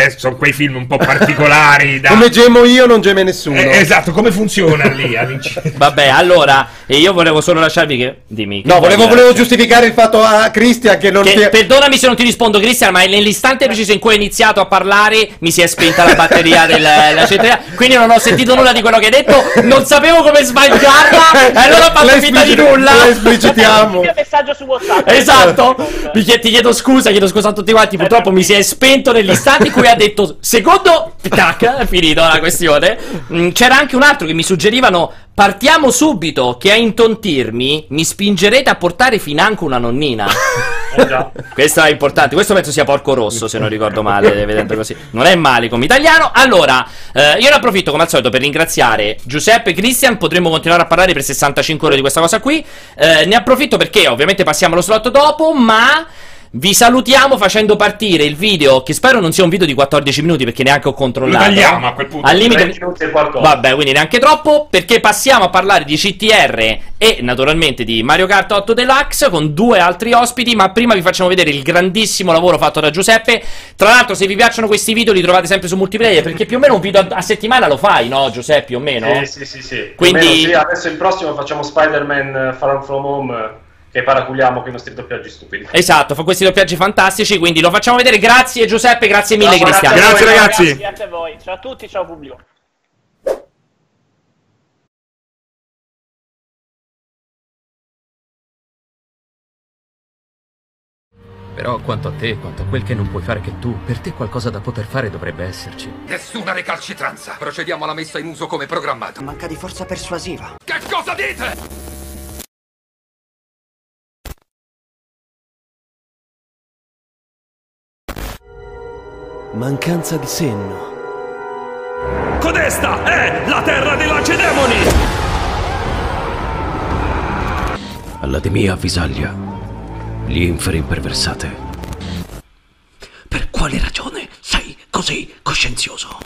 sono quei film un po' particolari. Come gemo io, non geme nessuno. Esatto, come funziona lì? Vabbè, allora, io volevo solo lasciarvi che... Dimmi. No, volevo giustificare il fatto a Christian che non perdonami se non ti rispondo, Christian, ma nell'istante preciso in cui ho iniziato a parlare mi si è spenta la batteria della centralina, quindi non ho sentito nulla di quello che hai detto, non sapevo come sbagliarla, e allora ho fatto finta di nulla. La esplicitiamo. Il mio messaggio su WhatsApp. Esatto. Ti chiedo scusa a tutti quanti, purtroppo mi si è spento nell'istante in cui ha detto secondo, tac, è finito la questione. C'era anche un altro che mi suggerivano: partiamo subito, che a intontirmi mi spingerete a portare financo una nonnina. Già. Questo è importante, questo penso sia Porco Rosso, se non ricordo male, vedendo così. Non è male come italiano. Allora, io ne approfitto come al solito per ringraziare Giuseppe e Christian. Potremmo continuare a parlare per 65 ore di questa cosa qui. Ne approfitto perché ovviamente passiamo allo slot dopo, ma vi salutiamo facendo partire il video, che spero non sia un video di 14 minuti, perché neanche ho controllato. Lo tagliamo a quel punto. Al limite 20 minuti e qualcosa. Vabbè, quindi neanche troppo, perché passiamo a parlare di CTR e naturalmente di Mario Kart 8 Deluxe con due altri ospiti. Ma prima vi facciamo vedere il grandissimo lavoro fatto da Giuseppe. Tra l'altro, se vi piacciono questi video li trovate sempre su Multiplayer, perché più o meno un video a settimana lo fai, no Giuseppe? Più o meno? Sì. Quindi sì, adesso il prossimo facciamo Spider-Man Far From Home, che paraculiamo con i nostri doppiaggi stupidi. Esatto, fa questi doppiaggi fantastici, quindi lo facciamo vedere. Grazie Giuseppe, grazie mille Cristiano. Grazie ragazzi. Grazie a voi. Ciao a tutti, ciao pubblico. Però quanto a te, quanto a quel che non puoi fare che tu, per te qualcosa da poter fare dovrebbe esserci. Nessuna recalcitranza. Procediamo alla messa in uso come programmato. Manca di forza persuasiva. Che cosa dite? Mancanza di senno. Codesta è la terra dei lacedemoni! Alla di mia avvisaglia, gli inferi imperversate. Per quale ragione sei così coscienzioso?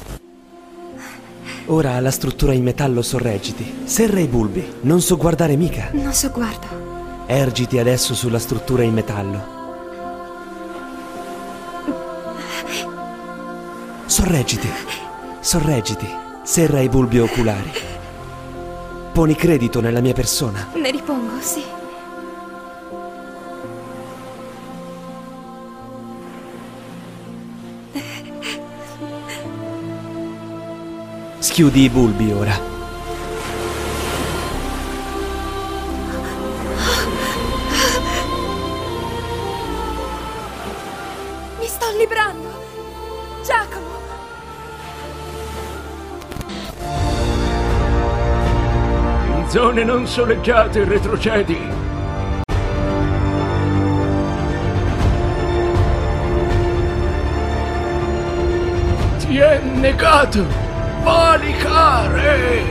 Ora la struttura in metallo sorreggiti. Serra i bulbi, non so guardare mica. Non so guarda. Ergiti adesso sulla struttura in metallo. Sorreggiti, serra i bulbi oculari. Poni credito nella mia persona. Ne ripongo, sì. Schiudi i bulbi ora. Mi sto librando. Giacomo. In zone non soleggiate retrocedi. Ti è negato valicare.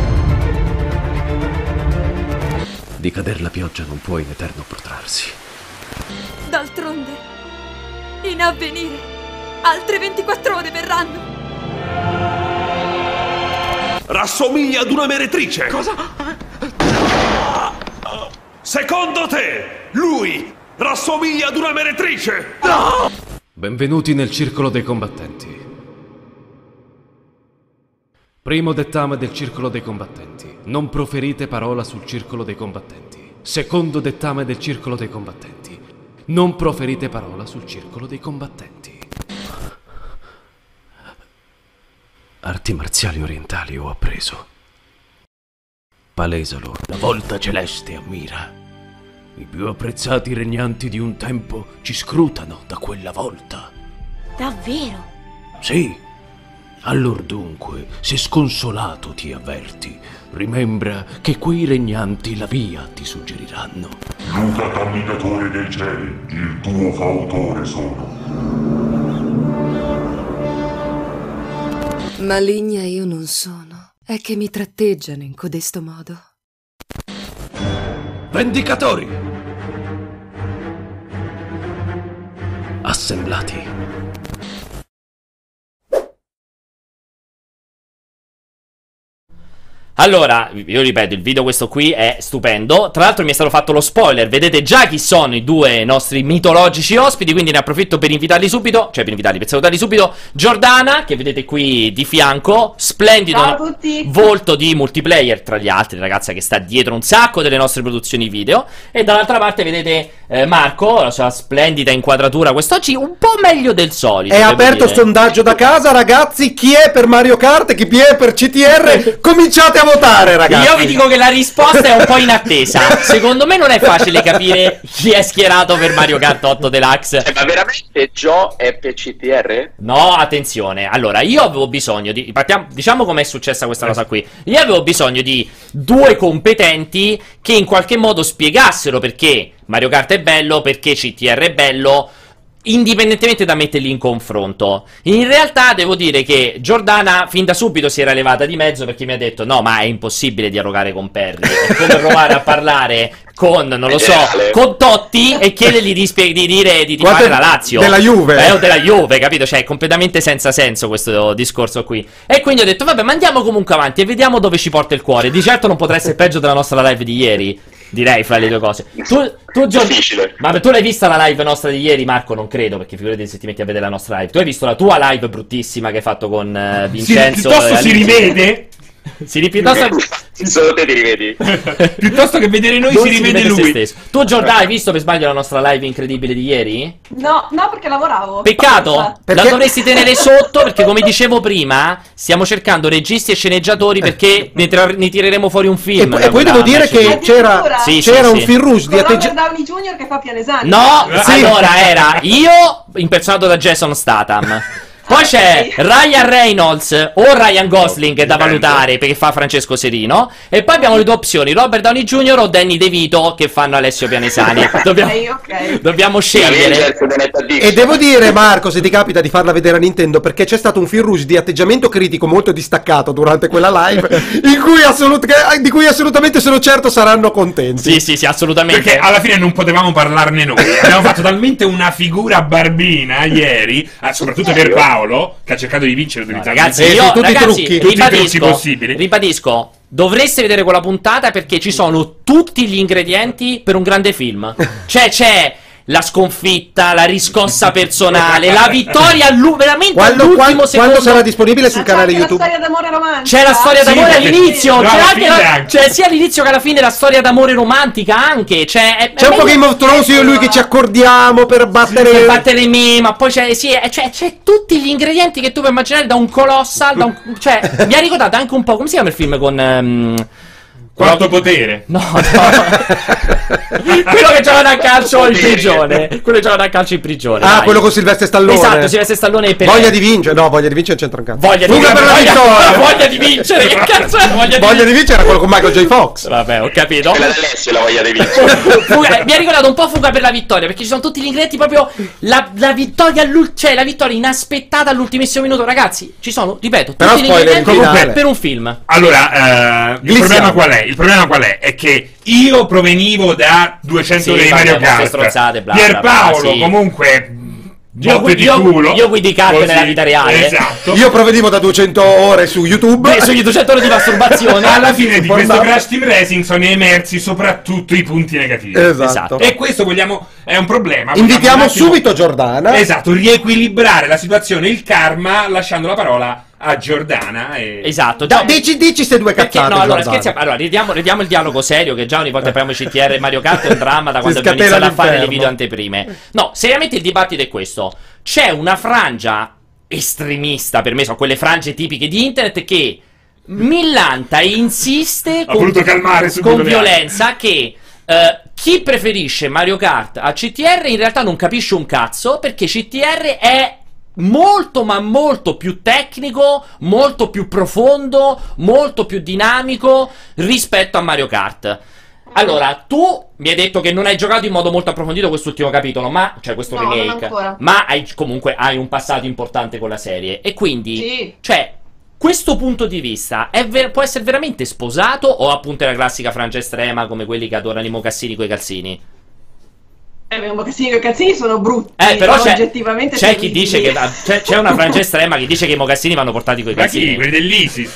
Di cader la pioggia non può in eterno protrarsi. D'altronde, in avvenire, altre 24 ore verranno. Rassomiglia ad una meretrice. Cosa? Secondo te, lui rassomiglia ad una meretrice? No! Benvenuti nel circolo dei combattenti. Primo dettame del circolo dei combattenti. Non proferite parola sul circolo dei combattenti. Secondo dettame del circolo dei combattenti. Non proferite parola sul circolo dei combattenti. Arti marziali orientali ho appreso. Palesalo. La volta celeste ammira. I più apprezzati regnanti di un tempo ci scrutano da quella volta. Davvero? Sì. Allor dunque, se sconsolato ti avverti, rimembra che quei regnanti la via ti suggeriranno. Luca camminatore dei cieli, il tuo fautore sono. Maligna io non sono. È che mi tratteggiano in codesto modo. Vendicatori! Assemblati. Allora, io ripeto, il video questo qui è stupendo. Tra l'altro mi è stato fatto lo spoiler. Vedete già chi sono i due nostri mitologici ospiti, quindi ne approfitto per invitarli subito. Cioè, per salutarli subito. Giordana, che vedete qui di fianco. Splendido volto di multiplayer, tra gli altri, ragazza che sta dietro un sacco delle nostre produzioni video. E dall'altra parte vedete Marco, la sua splendida inquadratura quest'oggi, un po' meglio del solito. È aperto sondaggio da casa, ragazzi. Chi è per Mario Kart e chi è per CTR? Cominciate a votare, ragazzi. Io vi dico che la risposta è un po' in attesa. Secondo me non è facile capire chi è schierato per Mario Kart 8 Deluxe. Ma veramente Joe è per CTR? No, attenzione. Allora, io avevo bisogno di... diciamo com'è successa questa cosa qui. Io avevo bisogno di due competenti che in qualche modo spiegassero perché Mario Kart è bello, perché CTR è bello, indipendentemente da metterli in confronto. In realtà devo dire che Giordana fin da subito si era levata di mezzo, perché mi ha detto no, ma è impossibile dialogare con Perry, è come provare a parlare con, non lo so, con Totti e chiedergli di dire di fare la Lazio della Juve o della Juve, capito? Cioè è completamente senza senso questo discorso qui. E quindi ho detto vabbè, ma andiamo comunque avanti e vediamo dove ci porta il cuore. Di certo non potrà essere peggio della nostra live di ieri, direi, fra le due cose. Difficile. Ma tu l'hai vista la live nostra di ieri, Marco? Non credo, perché figurati se ti metti a vedere la nostra live. Tu hai visto la tua live bruttissima che hai fatto con Vincenzo? Piuttosto si rivede? Solo te ti rivedi. Piuttosto che vedere noi si rivede lui. Tu, Giordano, hai visto per sbaglio la nostra live incredibile di ieri? No, perché lavoravo. Peccato, la dovresti tenere sotto, perché come dicevo prima stiamo cercando registi e sceneggiatori, perché ne tireremo fuori un film. E poi devo dire che c'era un fil rouge di atteggiamento. Downey Jr. che fa Pianesani. No, allora era io impersonato da Jason Statham. Poi c'è Ryan Reynolds o Ryan Gosling da valutare, perché fa Francesco Serino. E poi abbiamo le due opzioni, Robert Downey Jr. o Danny DeVito, che fanno Alessio Pianesani. Dobbiamo scegliere. E devo dire, Marco, se ti capita di farla vedere a Nintendo, perché c'è stato un fil rouge di atteggiamento critico molto distaccato durante quella live di cui assolutamente sono certo saranno contenti. Sì, assolutamente. Perché alla fine non potevamo parlarne noi. Abbiamo fatto talmente una figura barbina ieri, soprattutto per Paolo, che ha cercato di vincere ragazzi, tutti i trucchi possibili. Ribadisco, dovreste vedere quella puntata, perché ci sono tutti gli ingredienti per un grande film. Cioè c'è la sconfitta, la riscossa personale, la vittoria veramente all'ultimo secondo. Quando sarà disponibile sul canale YouTube? C'è la storia d'amore romantica. C'è la storia d'amore all'inizio, c'è sia all'inizio che alla fine la storia d'amore romantica anche. C'è un po' Game of Thrones, io e lui che ci accordiamo per battere me, ma poi c'è tutti gli ingredienti che tu puoi immaginare da un Colossal, mi ha ricordato anche un po', come si chiama il film con Quarto potere. No. Quello che giocava a calcio in prigione. Quello con Silvestre Stallone. Esatto, Silvestre Stallone e Voglia di vincere. No, Voglia di vincere c'entra un cazzo. Voglia di vincere. Che cazzo è Voglia di vincere era quello con Michael J. Fox. Vabbè, ho capito. Quella d'Alessio la voglia di vincere. Mi ha ricordato un po' Fuga per la vittoria, perché ci sono tutti gli ingredienti, proprio la vittoria la vittoria inaspettata all'ultimissimo minuto, ragazzi. Ci sono, ripeto, tutti gli ingredienti per un film. Allora, il problema qual è? Il problema qual è? È che io provenivo da 200 ore di Mario Kart. Pierpaolo comunque io guidi carte nella vita reale. Esatto. Io provenivo da 200 ore su YouTube. Sugli 200 ore di masturbazione. Alla fine di questo Crash Team Racing sono emersi soprattutto i punti negativi. Esatto. E questo è un problema. Invitiamo subito Giordana. Esatto, riequilibrare la situazione, il karma, lasciando la parola a Giordana. Esatto. Dici ste due cazzate. No, allora scherziamo. Allora, ridiamo il dialogo serio, che già ogni volta che parliamo di CTR e Mario Kart è un dramma da quando abbiamo iniziato a fare le video anteprime. No, seriamente il dibattito è questo. C'è una frangia estremista, per me sono quelle frange tipiche di internet, che millanta e insiste con violenza che chi preferisce Mario Kart a CTR in realtà non capisce un cazzo, perché CTR è molto ma molto più tecnico, molto più profondo, molto più dinamico rispetto a Mario Kart. Allora, tu mi hai detto che non hai giocato in modo molto approfondito quest'ultimo capitolo, cioè questo remake, ma comunque hai un passato importante con la serie, e quindi, cioè, questo punto di vista può essere veramente sposato, o appunto è la classica frangia estrema come quelli che adorano i mocassini coi calzini? I mocassini con i calzini sono brutti, però oggettivamente c'è chi dice che c'è una frangia estrema che dice che i mocassini vanno portati coi calzini. Ma chi? Quelli dell'ISIS?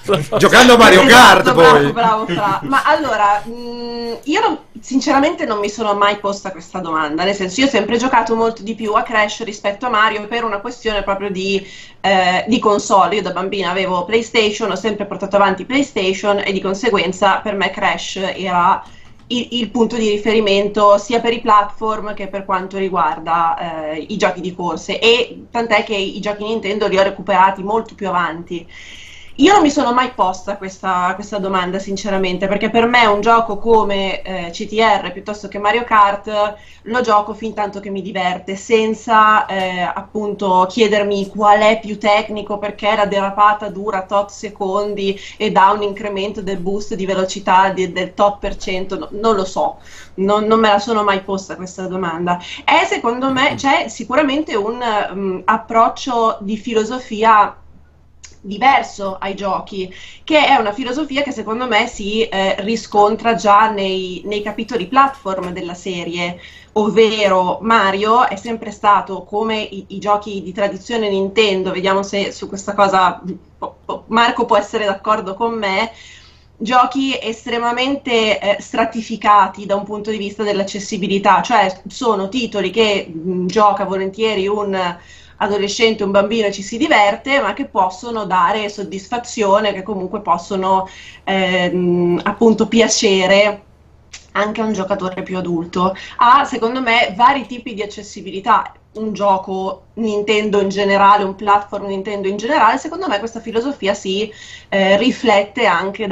Giocando a Mario Kart poi. Bravo. Ma allora, io sinceramente non mi sono mai posta questa domanda, nel senso io ho sempre giocato molto di più a Crash rispetto a Mario per una questione proprio di console. Io da bambina avevo PlayStation, ho sempre portato avanti PlayStation e di conseguenza per me Crash era il punto di riferimento sia per i platform che per quanto riguarda i giochi di corse, e tant'è che i giochi Nintendo li ho recuperati molto più avanti. Io non mi sono mai posta questa domanda sinceramente, perché per me un gioco come CTR piuttosto che Mario Kart lo gioco fin tanto che mi diverte, senza appunto chiedermi qual è più tecnico, perché la derapata dura tot secondi e dà un incremento del boost di velocità del tot per cento, non lo so, non me la sono mai posta questa domanda. E secondo me c'è sicuramente un approccio di filosofia diverso ai giochi, che è una filosofia che secondo me si riscontra già nei capitoli platform della serie, ovvero Mario è sempre stato, come i giochi di tradizione Nintendo, vediamo se su questa cosa Marco può essere d'accordo con me, giochi estremamente stratificati da un punto di vista dell'accessibilità, cioè sono titoli che gioca volentieri un adolescente, un bambino, ci si diverte, ma che possono dare soddisfazione, che comunque possono appunto piacere anche a un giocatore più adulto. Ha, secondo me, vari tipi di accessibilità. Un gioco Nintendo in generale, un platform Nintendo in generale, secondo me questa filosofia si riflette anche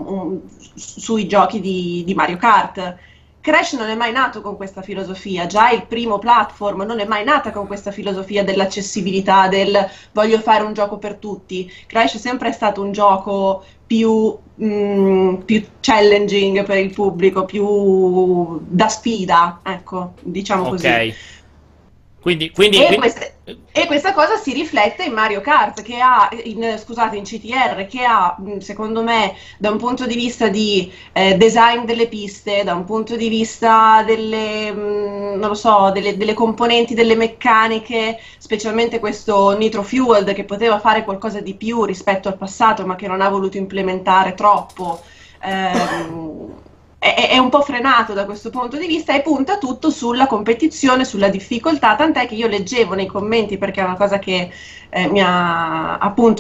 sui giochi di Mario Kart. Crash non è mai nato con questa filosofia, già il primo platform non è mai nata con questa filosofia dell'accessibilità, del voglio fare un gioco per tutti. Crash è sempre stato un gioco più challenging per il pubblico, più da sfida, ecco, diciamo così. Ok. Quindi... E questa cosa si riflette in Mario Kart, che ha, in CTR, che ha, secondo me, da un punto di vista di design delle piste, da un punto di vista delle, non lo so, delle componenti, delle meccaniche, specialmente questo Nitro Fueled, che poteva fare qualcosa di più rispetto al passato, ma che non ha voluto implementare troppo. È un po' frenato da questo punto di vista e punta tutto sulla competizione, sulla difficoltà, tant'è che io leggevo nei commenti, perché è una cosa che mi ha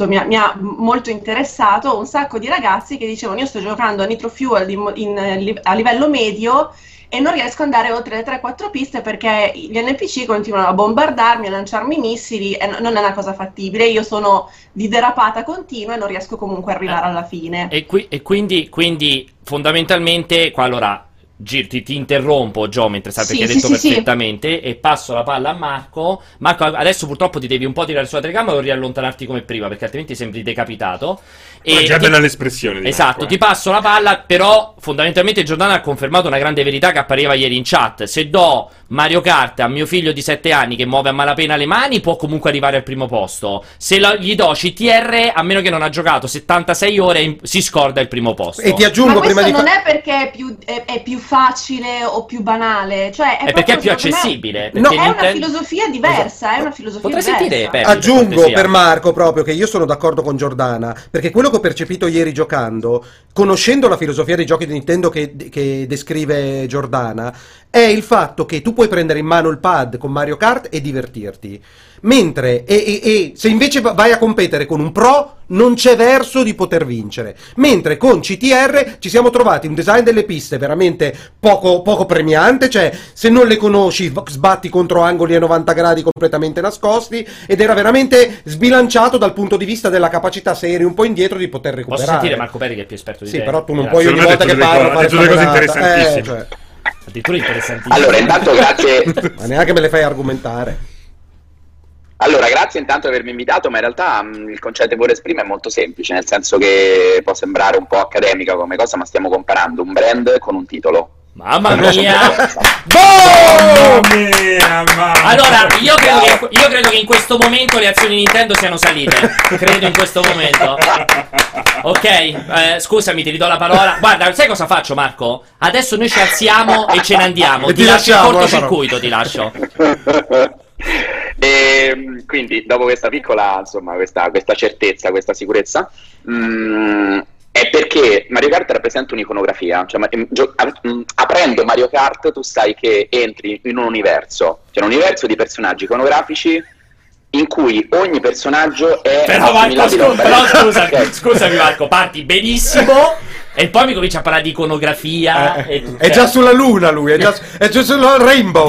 molto interessato, un sacco di ragazzi che dicevano: io sto giocando a Nitro Fuel a livello medio e non riesco ad andare oltre le 3-4 piste perché gli NPC continuano a bombardarmi, a lanciarmi missili e non è una cosa fattibile, io sono di derapata continua e non riesco comunque ad arrivare alla fine. E quindi fondamentalmente qua allora ti interrompo, Gio, mentre sai, perché hai detto perfettamente, e passo la palla a Marco. Marco, adesso purtroppo ti devi un po' tirare sulla telecamera o riallontanarti come prima, perché altrimenti sembri decapitato. E già bella l'espressione di esatto, Marco, ti passo la palla, però fondamentalmente Giordano ha confermato una grande verità che appariva ieri in chat: se do Mario Kart a mio figlio di 7 anni che muove a malapena le mani, può comunque arrivare al primo posto. Se gli do CTR, a meno che non ha giocato 76 ore, si scorda il primo posto. E ti aggiungo, ma questo non è perché è più facile o più banale, cioè è perché è più accessibile. No, è una filosofia diversa, è una filosofia diversa. Sentire, Perry, aggiungo per Marco proprio che io sono d'accordo con Giordana, perché quello che ho percepito ieri giocando, conoscendo la filosofia dei giochi di Nintendo che descrive Giordana, è il fatto che tu puoi prendere in mano il pad con Mario Kart e divertirti, mentre se invece vai a competere con un pro non c'è verso di poter vincere, mentre con CTR ci siamo trovati un design delle piste veramente poco premiante, cioè se non le conosci sbatti contro angoli a 90 gradi completamente nascosti, ed era veramente sbilanciato dal punto di vista della capacità, se eri un po' indietro, di poter recuperare. Posso sentire Marco Perry che è più esperto di te? Sì, però tu non puoi ogni volta che parlo fare delle cose interessantissime. Addirittura interessantissime. Allora, intanto grazie. Ma neanche me le fai argomentare. Allora, grazie intanto per avermi invitato, ma in realtà il concetto che vorrei esprimere è molto semplice, nel senso che può sembrare un po' accademica come cosa, ma stiamo comparando un brand con un titolo. Mamma mia! Mamma mia! Allora, io credo che in questo momento le azioni Nintendo siano salite. Credo in questo momento. Ok, scusami, ti ridò la parola. Guarda, sai cosa faccio, Marco? Adesso noi ci alziamo e ce ne andiamo. Ti lascio il cortocircuito, ti lascio. E quindi, dopo questa piccola, insomma, questa certezza, questa sicurezza, è perché Mario Kart rappresenta un'iconografia. Cioè, aprendo Mario Kart tu sai che entri in un universo, cioè un universo di personaggi iconografici in cui ogni personaggio è però scusami Marco, parti benissimo e poi mi comincia a parlare di iconografia è già sulla luna lui, è già sul Rainbow.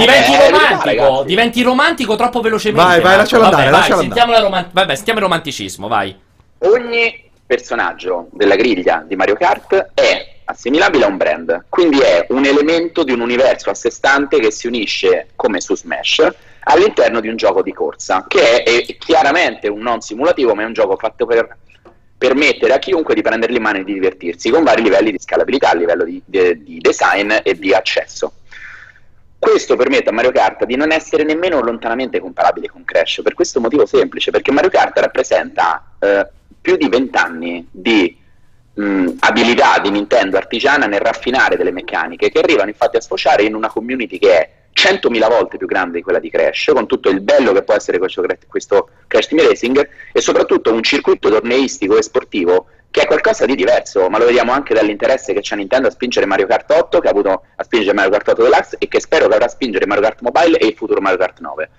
Diventi romantico troppo velocemente. Vai, lascialo andare. Sentiamo il romanticismo, vai. Ogni personaggio della griglia di Mario Kart è assimilabile a un brand, quindi è un elemento di un universo a sé stante che si unisce, come su Smash, all'interno di un gioco di corsa, che è chiaramente un non simulativo, ma è un gioco fatto per permettere a chiunque di prenderli in mano e di divertirsi, con vari livelli di scalabilità, a livello di design e di accesso. Questo permette a Mario Kart di non essere nemmeno lontanamente comparabile con Crash, per questo motivo semplice, perché Mario Kart rappresenta più di 20 anni di abilità di Nintendo artigiana nel raffinare delle meccaniche, che arrivano infatti a sfociare in una community che è 100.000 volte più grande di quella di Crash, con tutto il bello che può essere questo Crash Team Racing, e soprattutto un circuito torneistico e sportivo che è qualcosa di diverso, ma lo vediamo anche dall'interesse che c'ha Nintendo a spingere Mario Kart 8, che ha avuto a spingere Mario Kart 8 Deluxe, e che spero che avrà a spingere Mario Kart Mobile e il futuro Mario Kart 9.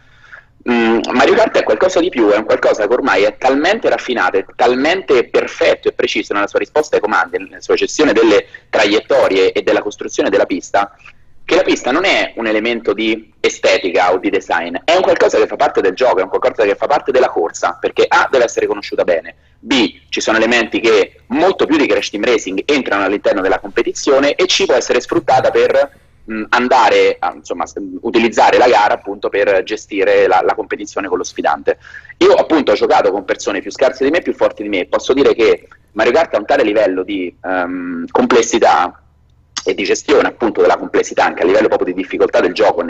Mario Kart è qualcosa di più, è un qualcosa che ormai è talmente raffinato, è talmente perfetto e preciso nella sua risposta ai comandi, nella sua gestione delle traiettorie e della costruzione della pista, che la pista non è un elemento di estetica o di design, è un qualcosa che fa parte del gioco, è un qualcosa che fa parte della corsa, perché A, deve essere conosciuta bene, B, ci sono elementi che molto più di Crash Team Racing entrano all'interno della competizione, e C, può essere sfruttata per andare a, insomma, utilizzare la gara appunto per gestire la competizione con lo sfidante. Io appunto ho giocato con persone più scarse di me e più forti di me, posso dire che Mario Kart ha un tale livello di complessità e di gestione appunto della complessità, anche a livello proprio di difficoltà del gioco,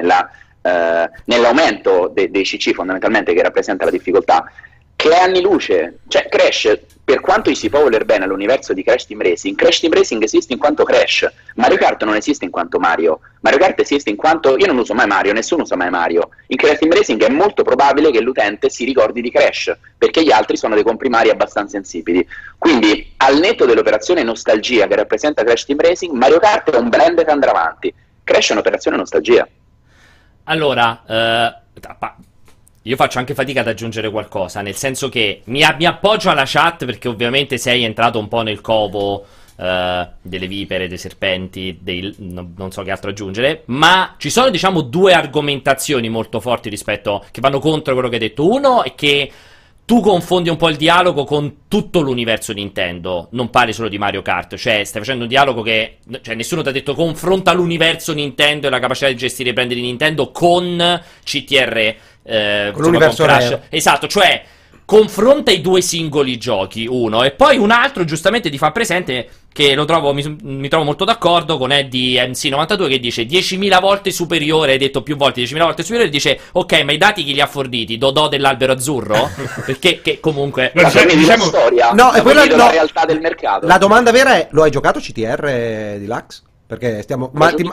nell'aumento dei CC fondamentalmente, che rappresenta la difficoltà, che è anni luce. Cioè Crash, per quanto gli si può voler bene all'universo di Crash Team Racing esiste in quanto Crash, Mario Kart non esiste in quanto Mario Kart esiste in quanto, io non uso mai Mario, nessuno usa mai Mario, in Crash Team Racing è molto probabile che l'utente si ricordi di Crash, perché gli altri sono dei comprimari abbastanza insipidi, quindi al netto dell'operazione nostalgia che rappresenta Crash Team Racing, Mario Kart è un brand che andrà avanti, Crash è un'operazione nostalgia. Allora, io faccio anche fatica ad aggiungere qualcosa, nel senso che mi appoggio alla chat, perché ovviamente sei entrato un po' nel covo delle vipere, dei serpenti, non so che altro aggiungere, ma ci sono, diciamo, due argomentazioni molto forti che vanno contro quello che hai detto. Uno è che tu confondi un po' il dialogo con tutto l'universo Nintendo, non parli solo di Mario Kart, cioè stai facendo un dialogo che, cioè, nessuno ti ha detto confronta l'universo Nintendo e la capacità di gestire i brand di Nintendo con CTR, con l'universo Crash. Esatto, cioè confronta i due singoli giochi, uno, e poi un altro giustamente ti fa presente, che lo trovo, mi trovo molto d'accordo con Eddie MC92, che dice 10.000 volte superiore, hai detto più volte 10.000 volte superiore, dice ok, ma i dati chi li ha forniti? Dodò dell'albero azzurro? Perché che comunque diciamo storia, no, è quella la realtà del mercato. La domanda vera è: lo hai giocato CTR Deluxe? Perché stiamo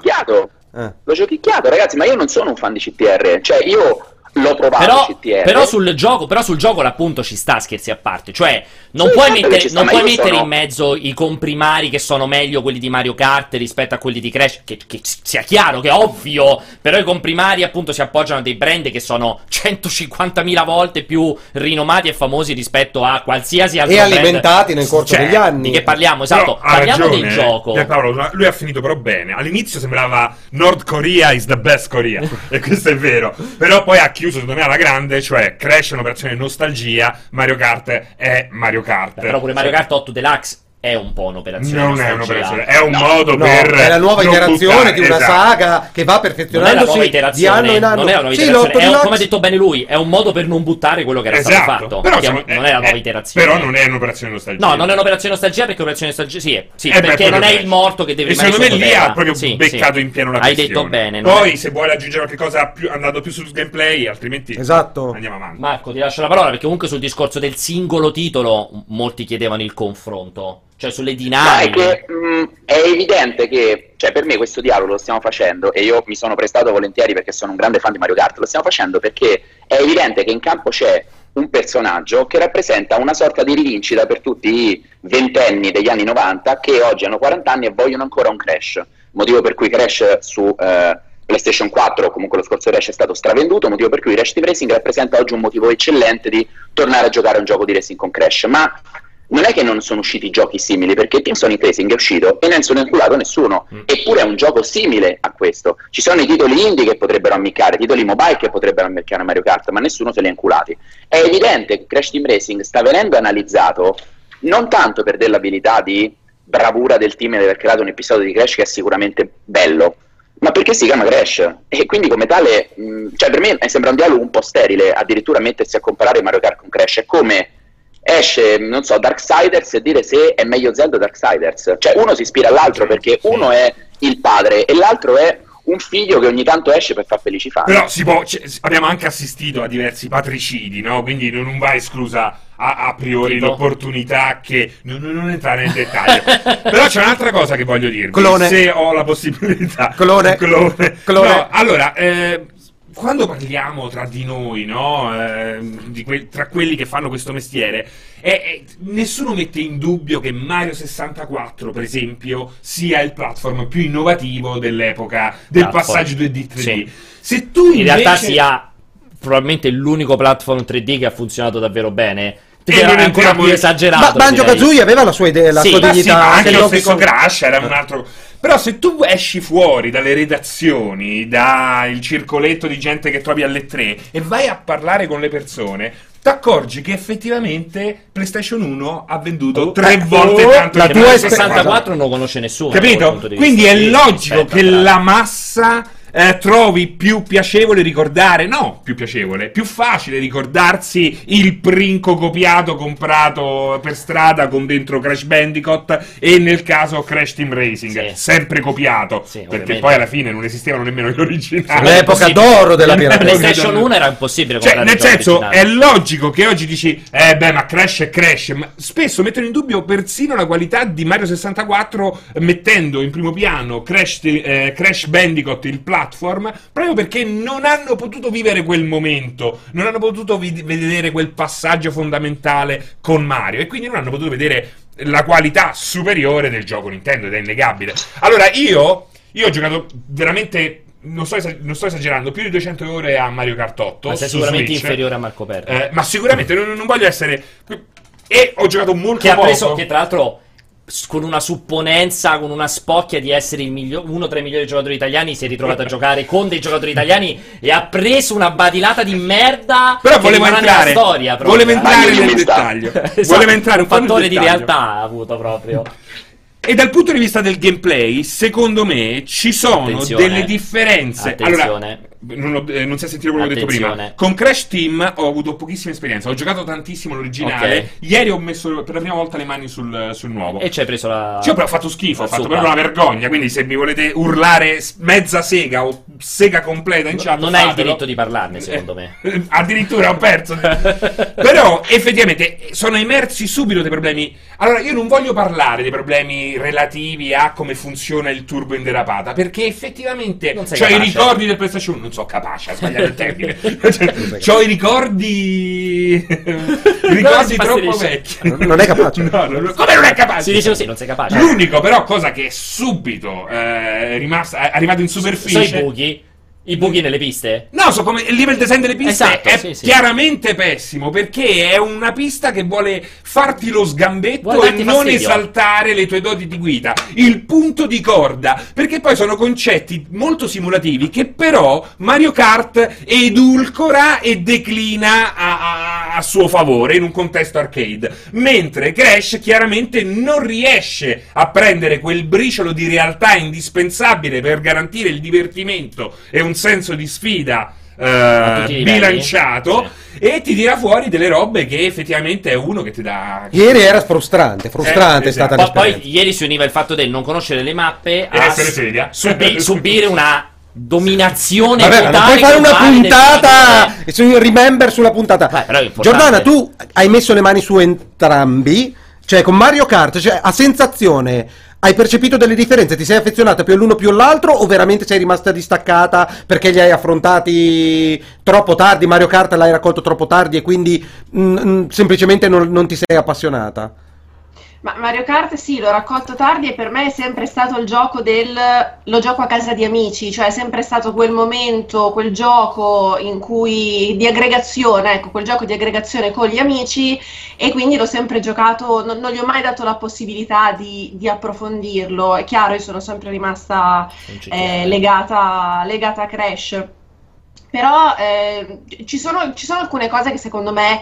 l'ho giochicchiato, ragazzi, ma io non sono un fan di CTR, cioè io l'ho provato CTR. Però sul gioco l'appunto ci sta, scherzi a parte, cioè non puoi mettere in mezzo i comprimari che sono meglio quelli di Mario Kart rispetto a quelli di Crash, che sia chiaro, che è ovvio, però i comprimari appunto si appoggiano a dei brand che sono 150.000 volte più rinomati e famosi rispetto a qualsiasi altro brand, e alimentati nel corso degli anni. Di che parliamo, esatto, parliamo del gioco. Paolo, lui ha finito però bene. All'inizio sembrava North Korea is the best Korea e questo è vero, però poi ha chiuso secondo me alla grande, cioè Crash è un'operazione nostalgia, Mario Kart è Mario Kart. Però pure Mario Kart 8 Deluxe è un po' un'operazione non nostalgia. È un'operazione, è un modo per è la nuova iterazione di una saga che va perfezionandosi di anno in anno. Non è la nuova iterazione, come ha detto bene lui, è un modo per non buttare quello che era stato fatto, però non è la nuova iterazione. Però non è un'operazione nostalgia. No, non è un'operazione nostalgia, perché operazione nostalgia sì, perché non è il morto che deve rimanere. E secondo me lì ha proprio beccato in pieno la questione. Hai detto bene. Poi se vuole aggiungere qualche cosa andando più sul gameplay, altrimenti andiamo avanti. Marco, ti lascio la parola, perché comunque sul discorso del singolo titolo molti chiedevano il confronto. Cioè sulle dinamiche. È evidente che, cioè, per me questo dialogo lo stiamo facendo, e io mi sono prestato volentieri perché sono un grande fan di Mario Kart, lo stiamo facendo perché è evidente che in campo c'è un personaggio che rappresenta una sorta di rivincita per tutti i ventenni degli anni 90 che oggi hanno 40 anni e vogliono ancora un Crash, motivo per cui Crash su PlayStation 4, comunque lo scorso Crash, è stato stravenduto, motivo per cui Crash Team Racing rappresenta oggi un motivo eccellente di tornare a giocare a un gioco di racing con Crash. Ma non è che non sono usciti giochi simili, perché Team Sonic Racing è uscito e non se ne è inculato nessuno, eppure è un gioco simile a questo. Ci sono i titoli indie che potrebbero ammiccare, titoli mobile che potrebbero ammiccare a Mario Kart, ma nessuno se li ha inculati. È evidente che Crash Team Racing sta venendo analizzato non tanto per dell'abilità di bravura del team di aver creato un episodio di Crash che è sicuramente bello, ma perché si chiama Crash, e quindi come tale, cioè per me sembra un dialogo un po' sterile addirittura mettersi a comparare Mario Kart con Crash. È come esce, non so, Darksiders e dire se è meglio Zelda o Darksiders. Cioè uno si ispira all'altro perché uno è il padre e l'altro è un figlio che ogni tanto esce per far felici fan. Però si può, abbiamo anche assistito a diversi patricidi, no? Quindi non va esclusa a priori l'opportunità che non entrare nel dettaglio. Però c'è un'altra cosa che voglio dirvi, Clone. se ho la possibilità. Clone. No, allora, quando parliamo tra di noi, no, tra quelli che fanno questo mestiere, nessuno mette in dubbio che Mario 64, per esempio, sia il platform più innovativo dell'epoca del passaggio 2D 3D. Sì. Se tu invece... in realtà sia probabilmente l'unico platform 3D che ha funzionato davvero bene. E non è ancora più esagerato. Ma Banjo-Kazooie aveva la sua idea, la sua dignità. Sì, ma anche lo stesso Crash era un altro... Però se tu esci fuori dalle redazioni, dal circoletto di gente che trovi alle 3 e vai a parlare con le persone, ti accorgi che effettivamente PlayStation 1 ha venduto 3 volte tanto. La tua 64 non lo conosce nessuno. Capito? Quindi è logico che la massa trovi più piacevole ricordare, no, più piacevole, più facile ricordarsi il princo copiato comprato per strada con dentro Crash Bandicoot e nel caso Crash Team Racing, sempre copiato, perché poi alla fine non esistevano nemmeno gli originali. L'epoca d'oro della pirateria. PlayStation 1 era impossibile comprare, nel senso originali. È logico che oggi dici ma Crash è Crash, ma spesso mettono in dubbio persino la qualità di Mario 64 mettendo in primo piano Crash Bandicoot, il platform, proprio perché non hanno potuto vivere quel momento, non hanno potuto vedere quel passaggio fondamentale con Mario e quindi non hanno potuto vedere la qualità superiore del gioco Nintendo, ed è innegabile. Allora io ho giocato veramente, non sto esagerando, più di 200 ore a Mario Kart 8. Ma sei sicuramente Switch, inferiore a Marco Perri. Ma sicuramente non voglio essere... E ho giocato molto che poco. Ha preso, che tra l'altro... con una supponenza, con una spocchia di essere uno tra i migliori giocatori italiani, si è ritrovato a giocare con dei giocatori italiani e ha preso una badilata di merda. Però volevo entrare nella storia, volevo entrare nel dettaglio. Esatto, volevo entrare un fattore di realtà ha avuto proprio. E dal punto di vista del gameplay, secondo me ci sono delle differenze. Attenzione. Allora, non si è sentito quello che ho detto prima. Con Crash Team ho avuto pochissima esperienza. Ho giocato tantissimo l'originale. Okay. Ieri ho messo per la prima volta le mani sul nuovo. E ci hai preso la... Sì, però ho fatto schifo, ho fatto proprio una vergogna. Quindi se mi volete urlare mezza sega o sega completa in chat, non hai il diritto di parlarne, secondo me. Addirittura ho perso. Però effettivamente sono emersi subito dei problemi. Allora io non voglio parlare dei problemi relativi a come funziona il turbo in derapata, perché effettivamente c'ho i ricordi del PlayStation 1. Non so capace a sbagliare il termine. C'ho i ricordi troppo vecchi. Non è capace. No, come non è capace? Si dice così, non sei capace. L'unico però cosa che subito è arrivato in superficie sono i buchi nelle piste? No, so come il level design delle piste, esatto, è chiaramente pessimo, perché è una pista che vuole farti lo sgambetto e non esaltare le tue doti di guida, il punto di corda, perché poi sono concetti molto simulativi che però Mario Kart edulcora e declina a suo favore in un contesto arcade, mentre Crash chiaramente non riesce a prendere quel briciolo di realtà indispensabile per garantire il divertimento e un senso di sfida bilanciato, e ti tira fuori delle robe che effettivamente è uno che ti dà... Ieri era frustrante è stata l'esperienza. Poi ieri si univa il fatto del non conoscere le mappe e essere seria, subire una dominazione. Vabbè, ma non puoi fare una puntata su Remember sulla puntata. Giordana, tu hai messo le mani su entrambi. Cioè, con Mario Kart, cioè, a sensazione, hai percepito delle differenze? Ti sei affezionata più all'uno più all'altro o veramente sei rimasta distaccata perché li hai affrontati troppo tardi, Mario Kart l'hai raccolto troppo tardi e quindi semplicemente non ti sei appassionata? Ma Mario Kart sì, l'ho raccolto tardi e per me è sempre stato il gioco lo gioco a casa di amici, cioè è sempre stato quel momento, quel gioco in cui di aggregazione, ecco, quel gioco di aggregazione con gli amici, e quindi l'ho sempre giocato, non gli ho mai dato la possibilità di approfondirlo. È chiaro, io sono sempre rimasta legata a Crash, però ci sono alcune cose che secondo me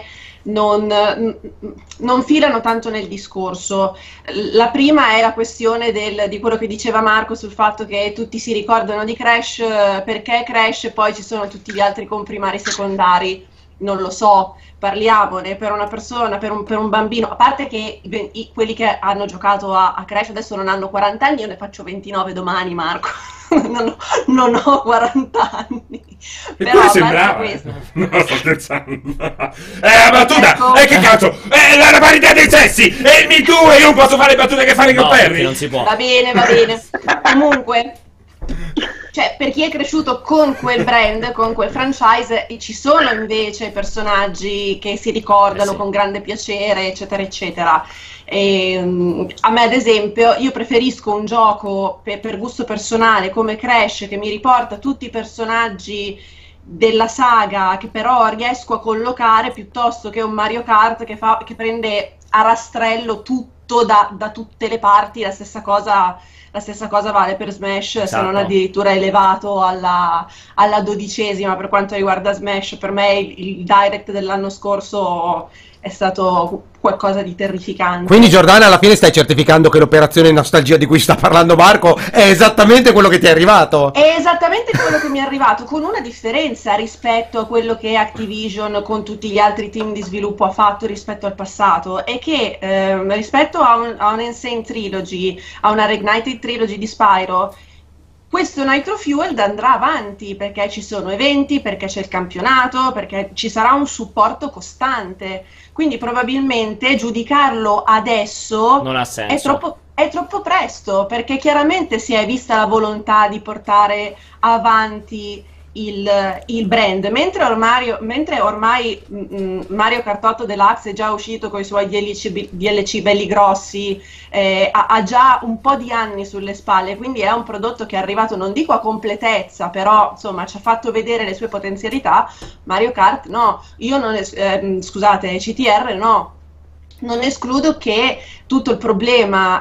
non filano tanto nel discorso. La prima è la questione di quello che diceva Marco sul fatto che tutti si ricordano di Crash perché Crash, e poi ci sono tutti gli altri comprimari secondari. Non lo so, parliamone. Per una persona, per un bambino, a parte che quelli che hanno giocato a Crash adesso non hanno 40 anni, io ne faccio 29 domani, Marco. non ho 40 anni. E pure sembrava. No, sto scherzando. La battuta! Ecco. Che cazzo? La parità dei sessi! E il Me Too, e io non posso fare le battute che fare con Perry! Non si può. Va bene. Comunque, cioè, per chi è cresciuto con quel brand, con quel franchise, ci sono invece personaggi che si ricordano con grande piacere, eccetera, eccetera. A me, ad esempio, io preferisco un gioco per gusto personale come Crash, che mi riporta tutti i personaggi della saga, che però riesco a collocare, piuttosto che un Mario Kart che prende a rastrello tutto da tutte le parti. La stessa cosa vale per Smash, esatto. Se non addirittura elevato alla 12ª per quanto riguarda Smash. Per me il Direct dell'anno scorso è stato qualcosa di terrificante. Quindi, Giordana, alla fine stai certificando che l'operazione nostalgia di cui sta parlando Marco è esattamente quello che ti è arrivato? È esattamente quello che mi è arrivato, con una differenza rispetto a quello che Activision con tutti gli altri team di sviluppo ha fatto rispetto al passato, è che rispetto a un Insane Trilogy, a una Reignited Trilogy di Spyro, questo Nitro Fueled andrà avanti perché ci sono eventi, perché c'è il campionato, perché ci sarà un supporto costante. Quindi probabilmente giudicarlo adesso non ha senso. È troppo presto, perché chiaramente si è vista la volontà di portare avanti il brand, mentre ormai Mario Kart 8 Deluxe è già uscito con i suoi DLC belli grossi, ha già un po' di anni sulle spalle, quindi è un prodotto che è arrivato, non dico a completezza, però insomma ci ha fatto vedere le sue potenzialità. Mario Kart no, scusate, CTR no, non escludo che tutto il problema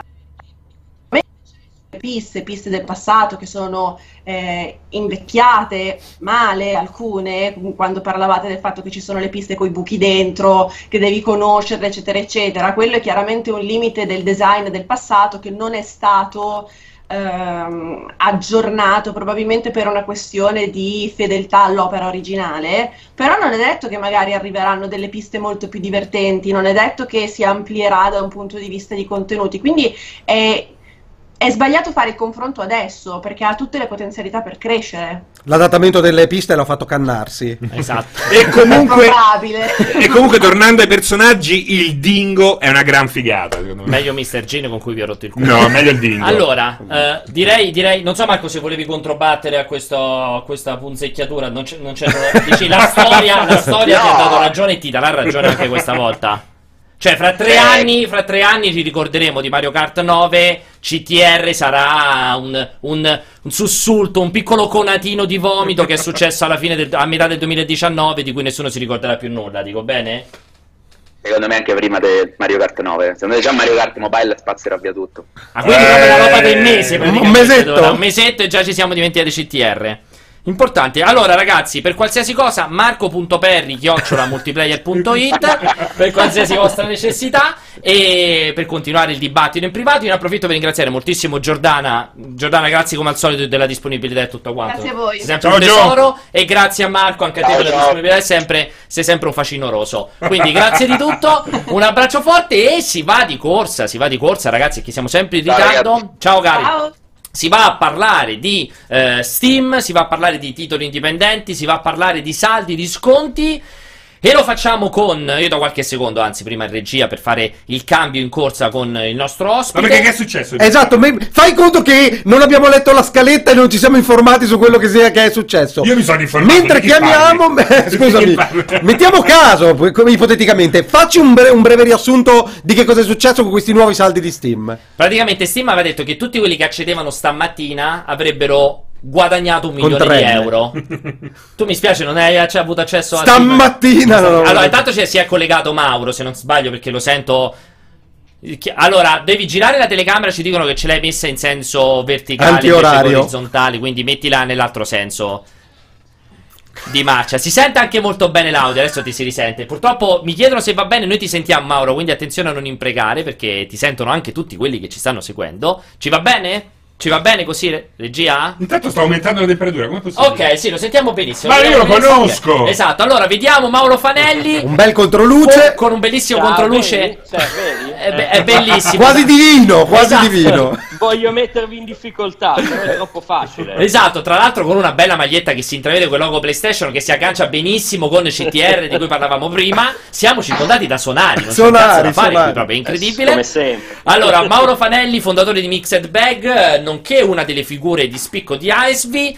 piste del passato che sono invecchiate male, alcune, quando parlavate del fatto che ci sono le piste coi buchi dentro, che devi conoscerle, eccetera eccetera, quello è chiaramente un limite del design del passato che non è stato aggiornato, probabilmente per una questione di fedeltà all'opera originale. Però non è detto che magari arriveranno delle piste molto più divertenti, non è detto che si amplierà da un punto di vista di contenuti, quindi è sbagliato fare il confronto adesso, perché ha tutte le potenzialità per crescere. L'adattamento delle piste l'ha fatto cannarsi. Esatto. E comunque, tornando ai personaggi, il Dingo è una gran figata, secondo me. Meglio Mr. Gene con cui vi ho rotto il culo. No, meglio il Dingo. Allora, direi, non so Marco se volevi controbattere a questa punzecchiatura, non c'è dici, la storia no. Ti ha dato ragione e ti darà ragione anche questa volta. Cioè, fra tre anni ci ricorderemo di Mario Kart 9, CTR sarà un sussulto, un piccolo conatino di vomito che è successo a metà del 2019, di cui nessuno si ricorderà più nulla, dico bene? Secondo me anche prima di Mario Kart 9. Secondo me già Mario Kart Mobile spazzerà via tutto. Ah, quindi proprio la roba del mese, un mesetto. Un mesetto e già ci siamo dimenticati CTR. Importante. Allora ragazzi, per qualsiasi cosa marco.perri@multiplayer.it per qualsiasi vostra necessità, e per continuare il dibattito in privato. Io ne approfitto per ringraziare moltissimo Giordana, grazie come al solito della disponibilità e tutto quanto. Grazie a voi. Sei sempre un tesoro. E grazie a Marco anche a te per la disponibilità, sei sempre un facinoroso. Quindi grazie di tutto, un abbraccio forte e si va di corsa ragazzi, che siamo sempre in ritardo. Ciao cari. Ciao. Si va a parlare di Steam, si va a parlare di titoli indipendenti, si va a parlare di saldi, di sconti E lo facciamo con, io do qualche secondo, anzi prima in regia, per fare il cambio in corsa con il nostro ospite. Ma perché che è successo? Esatto, fai conto che non abbiamo letto la scaletta e non ci siamo informati su quello che è successo. Io mi sono informato. Mentre chiamiamo, scusami, mettiamo caso, ipoteticamente, facci un breve riassunto di che cosa è successo con questi nuovi saldi di Steam. Praticamente Steam aveva detto che tutti quelli che accedevano stamattina avrebbero guadagnato 1 milione di euro. Tu mi spiace, non hai avuto accesso a stamattina. Allora, intanto si è collegato Mauro, se non sbaglio, perché lo sento. Allora, devi girare la telecamera, ci dicono che ce l'hai messa in senso verticale, invece orizzontale, quindi mettila nell'altro senso di marcia. Si sente anche molto bene l'audio, adesso ti si risente. Purtroppo mi chiedono se va bene, noi ti sentiamo, Mauro, quindi attenzione a non imprecare, perché ti sentono anche tutti quelli che ci stanno seguendo. Ci va bene? Ci va bene così, regia? Intanto sta aumentando la temperatura, come possibile? Ok, sì, lo sentiamo benissimo. Ma io lo conosco! Esatto, allora vediamo Mauro Fanelli. Un bel controluce. Con un bellissimo controluce. Vedi? È bellissimo. Quasi divino, quasi divino. Voglio mettervi in difficoltà, però è troppo facile. Esatto, tra l'altro con una bella maglietta che si intravede con il logo PlayStation, che si aggancia benissimo con CTR di cui parlavamo prima. Siamo circondati da sonari, non c'è un cazzo da fare qui, proprio è incredibile. Come sempre. Allora, Mauro Fanelli, fondatore di Mixed Bag, nonché una delle figure di spicco di ASV.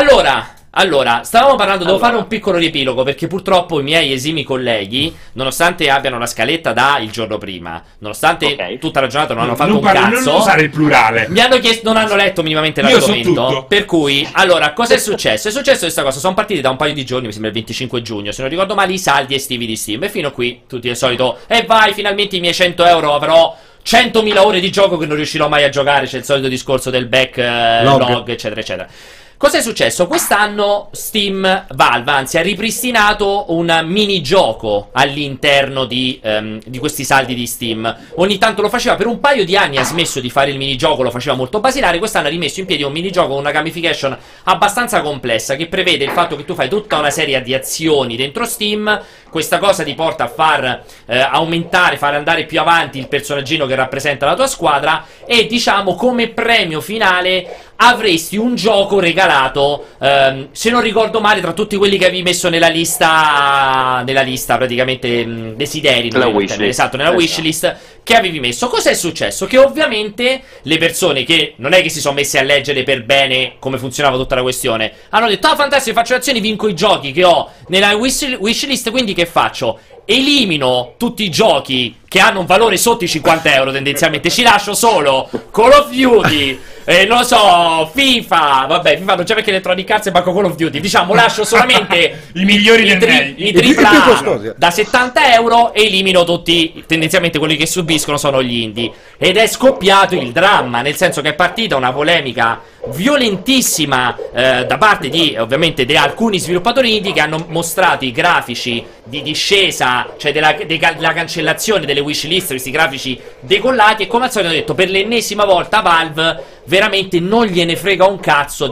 Allora, stavamo parlando, devo fare un piccolo riepilogo, perché purtroppo i miei esimi colleghi, nonostante abbiano la scaletta da il giorno prima, nonostante tutta la giornata non hanno fatto un cazzo, non usare il plurale. Mi hanno chiesto, non hanno letto minimamente l'argomento. Per cui, allora, cosa è successo? È successo questa cosa, sono partiti da un paio di giorni, mi sembra il 25 giugno, se non ricordo male, i saldi estivi di Steam. E fino a qui, tutti al solito, e vai, finalmente i miei 100 euro avrò 100.000 ore di gioco che non riuscirò mai a giocare. C'è il solito discorso del backlog, eccetera, eccetera. Cosa è successo? Quest'anno Valve, anzi, ha ripristinato un minigioco all'interno di questi saldi di Steam. Ogni tanto lo faceva, per un paio di anni ha smesso di fare il minigioco, lo faceva molto basilare. Quest'anno ha rimesso in piedi un minigioco con una gamification abbastanza complessa, che prevede il fatto che tu fai tutta una serie di azioni dentro Steam. Questa cosa ti porta a far aumentare, far andare più avanti il personaggino che rappresenta la tua squadra, e diciamo come premio finale avresti un gioco regalato, se non ricordo male, tra tutti quelli che avevi messo nella lista praticamente desideri, nella wishlist. Esatto, nella wishlist che avevi messo. Cos'è successo? Che ovviamente le persone che non è che si sono messe a leggere per bene come funzionava tutta la questione, hanno detto: ah, fantastico, faccio le azioni, vinco i giochi che ho nella wishlist, quindi che faccio? Elimino tutti i giochi che hanno un valore sotto i 50 euro tendenzialmente, ci lascio solo Call of Duty, non lo so, FIFA, vabbè, FIFA non c'è perché Electronic Arts e manco Call of Duty, diciamo, lascio solamente i migliori dei AAA da 70 euro e elimino tutti, tendenzialmente quelli che subiscono sono gli indie. Ed è scoppiato il dramma, nel senso che è partita una polemica violentissima da parte di, ovviamente, di alcuni sviluppatori indie che hanno mostrato i grafici di discesa, cioè della cancellazione delle wishlist, questi grafici decollati, e come al solito ho detto, per l'ennesima volta Valve veramente non gliene frega un cazzo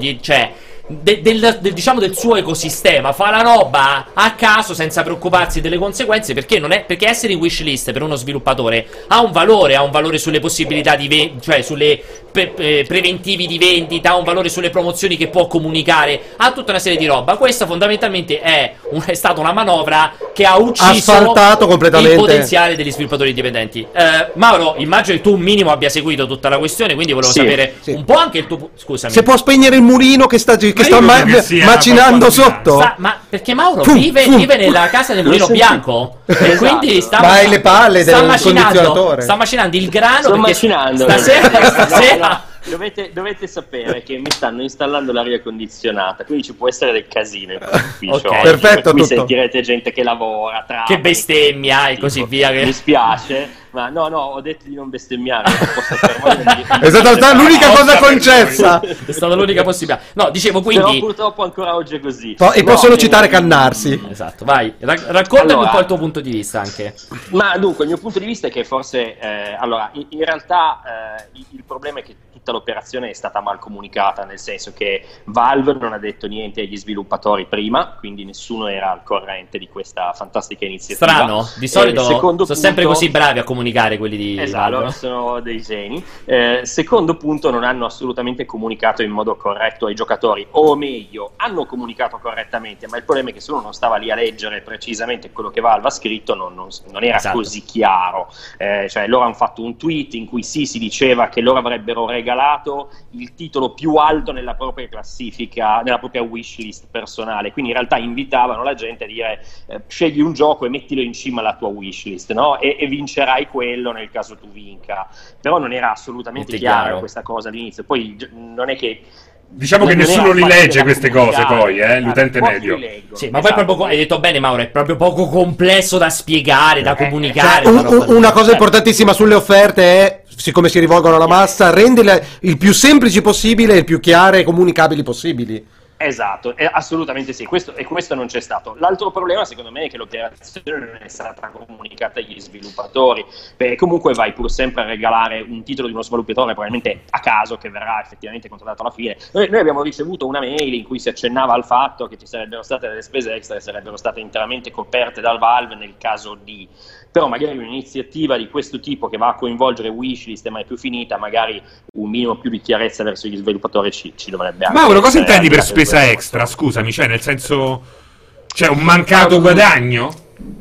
diciamo del suo ecosistema, fa la roba a caso senza preoccuparsi delle conseguenze, perché perché essere in wishlist per uno sviluppatore ha un valore sulle possibilità cioè sulle preventivi di vendita, ha un valore sulle promozioni che può comunicare, ha tutta una serie di roba. Questa fondamentalmente è stata una manovra che ha ucciso completamente il potenziale degli sviluppatori indipendenti. Mauro, immagino che tu un minimo abbia seguito tutta la questione, quindi volevo sapere un po' anche il tuo... Scusami. Se può spegnere il mulino che sta macinando sotto? Ma perché Mauro vive nella casa del mulino bianco, e quindi sta macinando il grano, stasera Dovete sapere che mi stanno installando l'aria condizionata, quindi ci può essere del casino in ufficio. Okay. Perfetto, qui sentirete gente che lavora, che bestemmia e così via. Mi spiace, ma no, ho detto di non bestemmiare. È stata l'unica cosa concessa. È stata l'unica possibilità. No, dicevo, quindi. Però purtroppo ancora oggi è così. E possono citare Cannarsi. Esatto, vai. Raccontami un po' il tuo punto di vista anche. Ma dunque, il mio punto di vista è che forse, in realtà il problema è che tutta l'operazione è stata mal comunicata, nel senso che Valve non ha detto niente agli sviluppatori prima, quindi nessuno era al corrente di questa fantastica iniziativa. Strano, di solito sono sempre così bravi a comunicare quelli di Valve. Valve. Sono dei geni. Secondo punto, non hanno assolutamente comunicato in modo corretto ai giocatori, o meglio, hanno comunicato correttamente, ma il problema è che se uno non stava lì a leggere precisamente quello che Valve ha scritto non era così chiaro. Cioè loro hanno fatto un tweet in cui si diceva che loro avrebbero regalato il titolo più alto nella propria classifica, nella propria wishlist personale, quindi in realtà invitavano la gente a dire scegli un gioco e mettilo in cima alla tua wishlist, no? E vincerai quello nel caso tu vinca. Però non era assolutamente chiaro questa cosa all'inizio. Poi non è che diciamo che nessuno li legge queste cose, poi l'utente medio. Sì, ma poi proprio hai detto bene, Mauro, è proprio poco complesso da spiegare, da comunicare. Cioè, una cosa importantissima sulle offerte è, siccome si rivolgono alla massa, renderle il più semplici possibile e il più chiare e comunicabili possibili. Esatto, assolutamente sì, questo non c'è stato. L'altro problema secondo me è che l'operazione non è stata comunicata agli sviluppatori, perché comunque vai pur sempre a regalare un titolo di uno sviluppatore probabilmente a caso che verrà effettivamente controllato alla fine. Noi abbiamo ricevuto una mail in cui si accennava al fatto che ci sarebbero state delle spese extra che sarebbero state interamente coperte dal Valve nel caso di... Però magari un'iniziativa di questo tipo che va a coinvolgere wishlist e mai più finita, magari un minimo più di chiarezza verso gli sviluppatori ci dovrebbe anche. Mauro, cosa intendi per spesa extra? Scusami, cioè nel senso, c'è un mancato guadagno?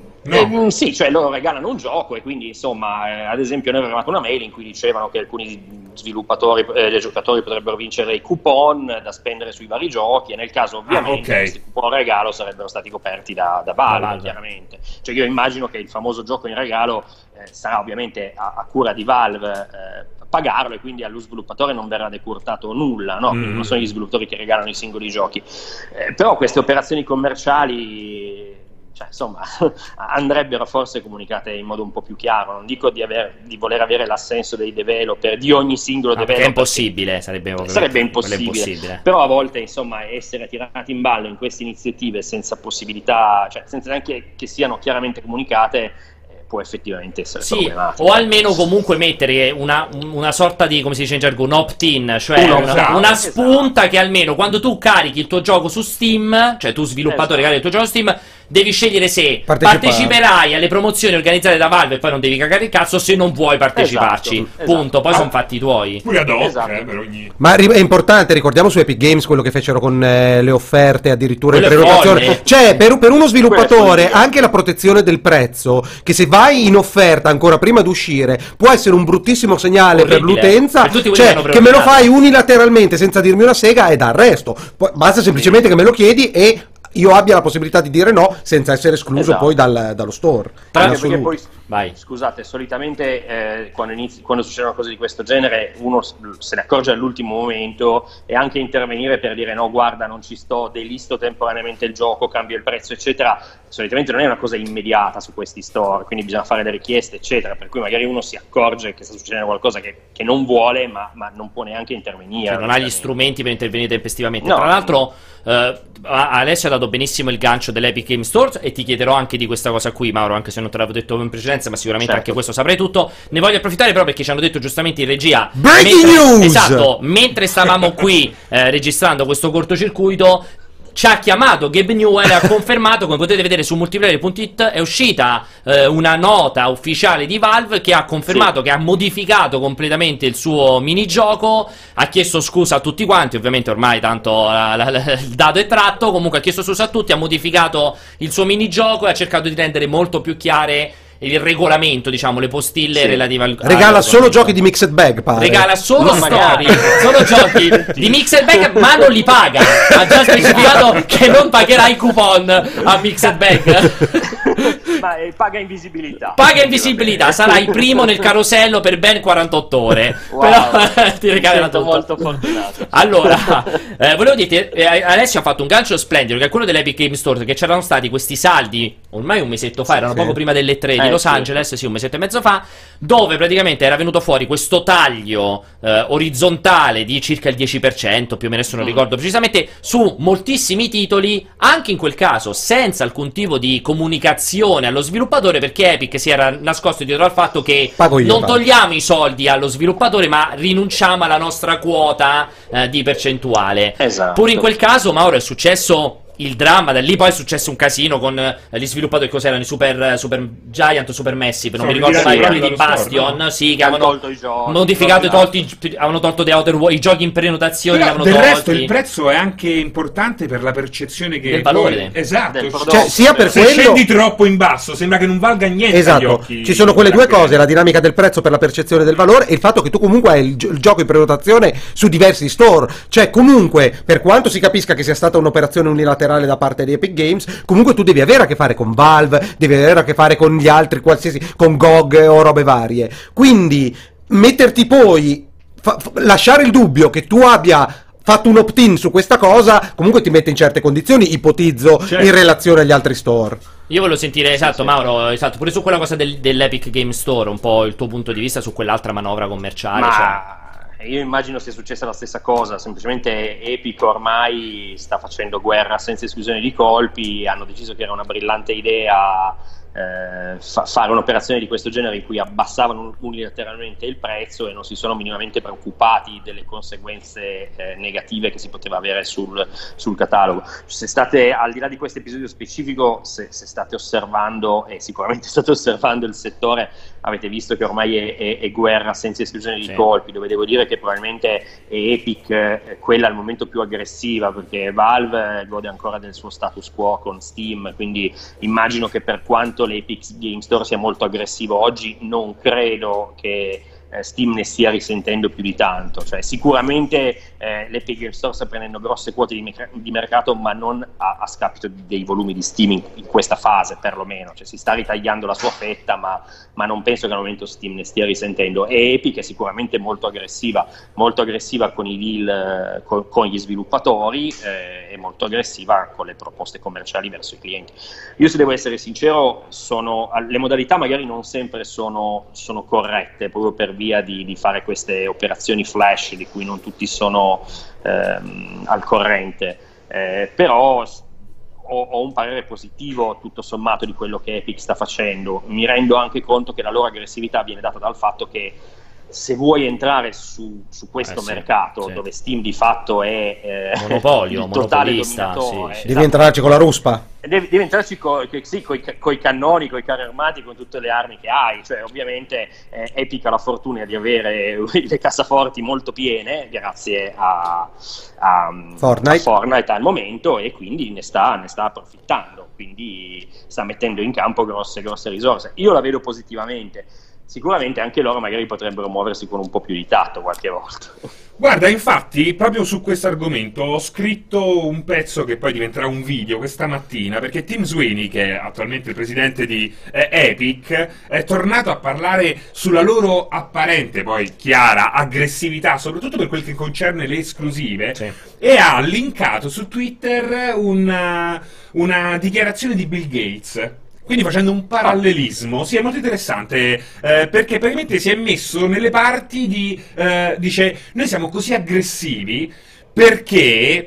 No. Sì, cioè loro regalano un gioco e quindi insomma, ad esempio noi avevamo una mail in cui dicevano che alcuni sviluppatori, giocatori potrebbero vincere i coupon da spendere sui vari giochi e nel caso ovviamente questi coupon regalo sarebbero stati coperti da Valve, chiaramente. Cioè io immagino che il famoso gioco in regalo sarà ovviamente a cura di Valve pagarlo e quindi allo sviluppatore non verrà decurtato nulla, no? Quindi non sono gli sviluppatori che regalano i singoli giochi. Però queste operazioni commerciali, cioè, insomma, andrebbero forse comunicate in modo un po' più chiaro. Non dico di voler avere l'assenso dei developer, di ogni singolo developer. È impossibile, sarebbe impossibile. Però a volte, insomma, essere tirati in ballo in queste iniziative senza possibilità, cioè senza neanche che siano chiaramente comunicate, può effettivamente essere problematico. O almeno comunque mettere una sorta di, come si dice in gergo, un opt-in, cioè una spunta che almeno quando tu carichi il tuo gioco su Steam, cioè tu sviluppatore carichi il tuo gioco su Steam, devi scegliere se parteciperai alle promozioni organizzate da Valve e poi non devi cagare il cazzo, se non vuoi parteciparci. Punto. Poi sono fatti tuoi. Pure ad hoc, per ogni... Ma è importante, ricordiamo su Epic Games quello che fecero con le offerte addirittura in prenotazione. Cioè per uno sviluppatore anche la protezione del prezzo, che se vai in offerta ancora prima di uscire può essere un bruttissimo segnale per l'utenza, cioè che me lo fai unilateralmente senza dirmi una sega ed arresto. Poi basta semplicemente che me lo chiedi e io abbia la possibilità di dire no senza essere escluso poi dallo store. Perché poi, scusate, solitamente quando succedono cose di questo genere uno se ne accorge all'ultimo momento e anche intervenire per dire no, guarda, non ci sto, delisto temporaneamente il gioco, cambio il prezzo, eccetera. Solitamente non è una cosa immediata su questi store, quindi bisogna fare delle richieste, eccetera, per cui magari uno si accorge che sta succedendo qualcosa che non vuole, ma non può neanche intervenire. Cioè, non ha gli strumenti per intervenire tempestivamente. Tra l'altro Alessio ha dato benissimo il gancio dell'Epic Game Store e ti chiederò anche di questa cosa qui, Mauro, anche se non te l'avevo detto in precedenza, ma sicuramente anche questo saprai tutto. Ne voglio approfittare però perché ci hanno detto giustamente in regia news! Esatto, mentre stavamo qui registrando questo cortocircuito, ci ha chiamato Gabe Newell e ha confermato, come potete vedere su multiplayer.it è uscita una nota ufficiale di Valve che ha confermato che ha modificato completamente il suo minigioco, ha chiesto scusa a tutti quanti, ovviamente ormai tanto il dato è tratto, comunque ha chiesto scusa a tutti, ha modificato il suo minigioco e ha cercato di rendere molto più chiare il regolamento, diciamo, le postille relative al... Regala solo giochi di Mixed Bag, pare. Regala solo storie, solo giochi di Mixed Bag, ma non li paga. Ha già specificato che non pagherà i coupon a Mixed Bag. Ma paga invisibilità. Paga invisibilità, sarà il primo nel carosello per ben 48 ore. Wow, però ti regalerà tutto. Molto fortunato. Allora, volevo dirti, Alessio ha fatto un gancio splendido, che è quello dell'Epic Game Store, che c'erano stati questi saldi ormai un mesetto fa, erano poco prima delle 3 di Los Angeles, un mesetto e mezzo fa, dove praticamente era venuto fuori questo taglio orizzontale di circa il 10%, più o meno, adesso non ricordo precisamente, su moltissimi titoli, anche in quel caso senza alcun tipo di comunicazione allo sviluppatore, perché Epic si era nascosto dietro al fatto che non togliamo i soldi allo sviluppatore, ma rinunciamo alla nostra quota di percentuale. Pure in quel caso, Mauro, è successo il dramma, da lì poi è successo un casino con gli sviluppatori, cos'erano, i Super Giant o Super Massive, non mi ricordo mai, quelli di Bastion, no? Sì, che avevano tolto i giochi, modificato e avevano tolto The Outer Worlds, i giochi in prenotazione li avevano tolti. Del resto il prezzo è anche importante per la percezione che del valore. Esatto, cioè, sia per se quello... scendi troppo in basso sembra che non valga niente agli occhi. Ci sono quelle due cose, la dinamica del prezzo per la percezione del valore e il fatto che tu comunque hai il gioco in prenotazione su diversi store, cioè comunque, per quanto si capisca che sia stata un'operazione unilaterale da parte di Epic Games, comunque tu devi avere a che fare con Valve, devi avere a che fare con gli altri, qualsiasi, con GOG o robe varie. Quindi metterti poi, lasciare il dubbio che tu abbia fatto un opt-in su questa cosa, comunque ti mette in certe condizioni, ipotizzo, in relazione agli altri store. Io volevo sentire, Mauro, pure su quella cosa dell'Epic Game Store, un po' il tuo punto di vista su quell'altra manovra commerciale. Io immagino sia successa la stessa cosa, semplicemente Epic ormai sta facendo guerra senza esclusione di colpi, hanno deciso che era una brillante idea fare un'operazione di questo genere in cui abbassavano unilateralmente il prezzo e non si sono minimamente preoccupati delle conseguenze negative che si poteva avere sul catalogo. Se state, al di là di questo episodio specifico, se state osservando, e sicuramente state osservando il settore, avete visto che ormai è guerra senza esclusione di colpi, dove devo dire che probabilmente è Epic quella al momento più aggressiva, perché Valve gode ancora del suo status quo con Steam, quindi immagino che per quanto l'Epic Game Store sia molto aggressivo oggi, non credo che Steam ne stia risentendo più di tanto. Cioè, sicuramente l'Epic Game Store sta prendendo grosse quote di mercato, ma non a scapito dei volumi di Steam in questa fase, perlomeno. Cioè, si sta ritagliando la sua fetta, ma non penso che al momento Steam ne stia risentendo. E Epic è sicuramente molto aggressiva con i deal con gli sviluppatori e molto aggressiva con le proposte commerciali verso i clienti. Io, se devo essere sincero, le modalità magari non sempre sono corrette, proprio per via di fare queste operazioni flash di cui non tutti sono al corrente, però ho un parere positivo tutto sommato di quello che Epic sta facendo. Mi rendo anche conto che la loro aggressività viene data dal fatto che se vuoi entrare su questo mercato, dove Steam di fatto è monopolio, il totale monopolista, dominatore, devi entrarci con la ruspa. Devi entrarci coi cannoni, coi carri armati, con tutte le armi che hai. Cioè, ovviamente Epic ha la fortuna di avere le cassaforti molto piene grazie a Fortnite al momento, e quindi ne sta approfittando, quindi sta mettendo in campo grosse risorse. Io la vedo positivamente. Sicuramente anche loro magari potrebbero muoversi con un po' più di tatto qualche volta. Guarda, infatti, proprio su questo argomento ho scritto un pezzo che poi diventerà un video questa mattina, perché Tim Sweeney, che è attualmente il presidente di Epic, è tornato a parlare sulla loro apparente, poi chiara, aggressività, soprattutto per quel che concerne le esclusive, e ha linkato su Twitter una dichiarazione di Bill Gates. Quindi facendo un parallelismo, sì, è molto interessante, perché praticamente si è messo nelle parti di, dice, noi siamo così aggressivi perché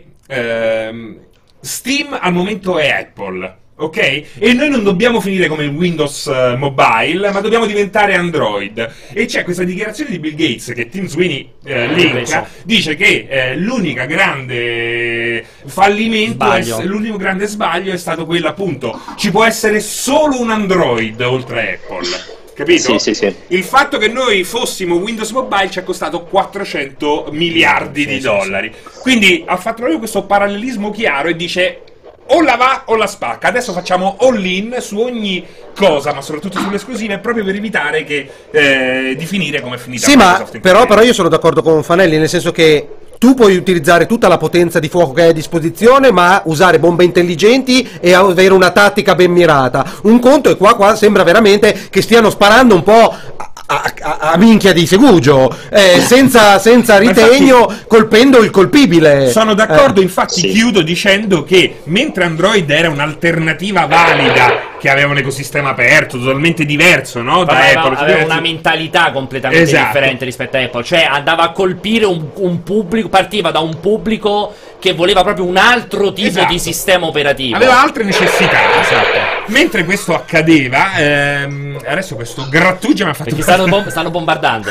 Steam al momento è Apple, ok? E noi non dobbiamo finire come il Windows Mobile, ma dobbiamo diventare Android. E c'è questa dichiarazione di Bill Gates che Tim Sweeney linka, dice che l'unico grande fallimento, l'unico grande sbaglio è stato quello, appunto, ci può essere solo un Android oltre Apple. Capito? Sì. Il fatto che noi fossimo Windows Mobile ci ha costato 400 miliardi di dollari. Quindi ha fatto proprio questo parallelismo chiaro e dice: o la va o la spacca. Adesso facciamo all-in su ogni cosa, ma soprattutto sulle esclusive, proprio per evitare che di finire come è finita Microsoft. Sì, ma però io sono d'accordo con Fanelli, nel senso che tu puoi utilizzare tutta la potenza di fuoco che hai a disposizione, ma usare bombe intelligenti e avere una tattica ben mirata. Un conto è qua sembra veramente che stiano sparando un po' a minchia di segugio, senza ritegno, infatti, colpendo il colpibile. Sono d'accordo, infatti chiudo dicendo che mentre Android era un'alternativa valida che aveva un ecosistema aperto, totalmente diverso, no? Da Apple. Aveva una mentalità completamente differente rispetto a Apple, cioè andava a colpire un pubblico, partiva da un pubblico che voleva proprio un altro tipo di sistema operativo. Aveva altre necessità. Esatto. Mentre questo accadeva, adesso questo grattugia mi ha fatto... Perché stanno bombardando.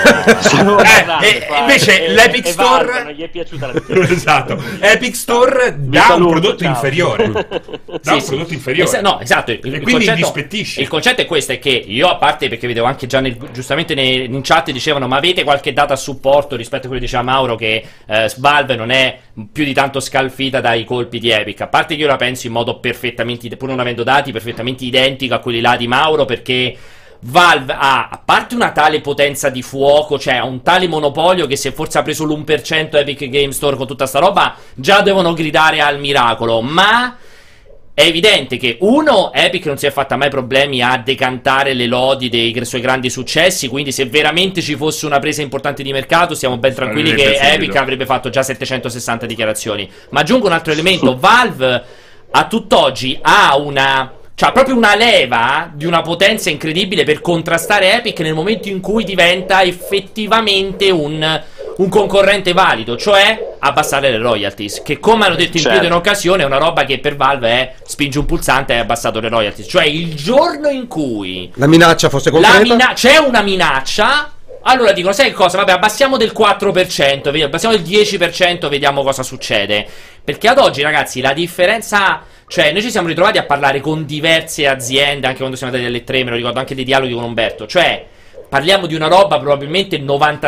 Invece l'Epic Store... non gli è piaciuta la esatto. Epic Store dà un prodotto inferiore. Dà un prodotto inferiore. No, esatto. E quindi dispettisce. Il concetto è questo, è che io, a parte perché vedevo anche già giustamente in chat dicevano ma avete qualche data a supporto rispetto a quello che diceva Mauro, che Valve non è più di tanto scalfita dai colpi di Epic, a parte che io la penso in modo perfettamente, pur non avendo dati, perfettamente identico a quelli là di Mauro, perché Valve ha, a parte una tale potenza di fuoco, cioè ha un tale monopolio che se forse ha preso l'1% Epic Game Store con tutta sta roba già devono gridare al miracolo, ma è evidente che Epic non si è fatta mai problemi a decantare le lodi dei suoi grandi successi, quindi se veramente ci fosse una presa importante di mercato stiamo ben tranquilli che Epic avrebbe fatto già 760 dichiarazioni. Ma aggiungo un altro elemento, Valve a tutt'oggi ha proprio una leva di una potenza incredibile per contrastare Epic nel momento in cui diventa effettivamente un concorrente valido, cioè abbassare le royalties, che come hanno detto in più di un'occasione è una roba che per Valve è spingi un pulsante e hai abbassato le royalties, cioè il giorno in cui la minaccia fosse concreta, c'è una minaccia, allora dicono sai cosa, vabbè abbassiamo del 4%, abbassiamo del 10%, vediamo cosa succede, perché ad oggi ragazzi la differenza, cioè noi ci siamo ritrovati a parlare con diverse aziende anche quando siamo andati alle 3, me lo ricordo anche dei dialoghi con Umberto, cioè parliamo di una roba probabilmente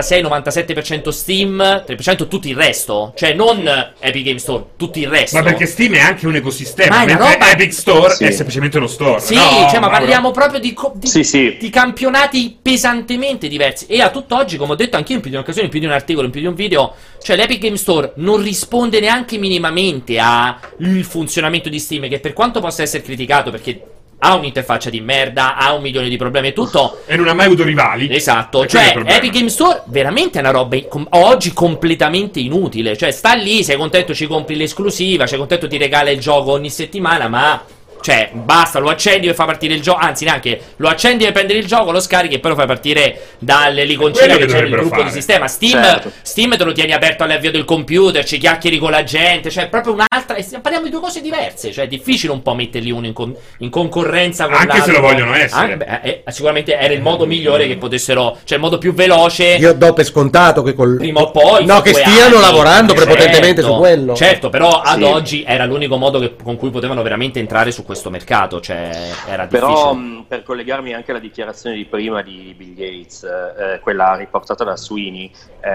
96-97% Steam, 3% tutto il resto, cioè non Epic Game Store, tutto il resto. Ma perché Steam è anche un ecosistema, mentre Epic Store è semplicemente uno store. Sì, ma parliamo proprio di campionati pesantemente diversi. E a tutt'oggi, come ho detto anche io in più di un'occasione, in più di un articolo, in più di un video, cioè l'Epic Game Store non risponde neanche minimamente al funzionamento di Steam, che per quanto possa essere criticato, perché ha un'interfaccia di merda, ha 1 milione di problemi e tutto, e non ha mai avuto rivali. Esatto, cioè Epic Game Store veramente è una roba oggi completamente inutile, cioè sta lì, sei contento ci compri l'esclusiva, sei contento ti regala il gioco ogni settimana, ma cioè basta, lo accendi e fai partire il gioco, anzi neanche lo accendi e prendere il gioco, lo scarichi e poi lo fai partire dall'iconcina che c'è nel gruppo di sistema. Steam te lo tieni aperto all'avvio del computer, ci chiacchieri con la gente, cioè proprio un'altra, parliamo di due cose diverse, cioè è difficile un po' metterli uno in concorrenza con l'altro, anche se lo vogliono essere. Sicuramente era il modo migliore che potessero, cioè il modo più veloce. Io do per scontato che prima o poi che stiano lavorando prepotentemente su quello. Certo, però ad oggi era l'unico modo con cui potevano veramente entrare su questo mercato, cioè era difficile. Però per collegarmi anche alla dichiarazione di prima di Bill Gates, quella riportata da Sweeney,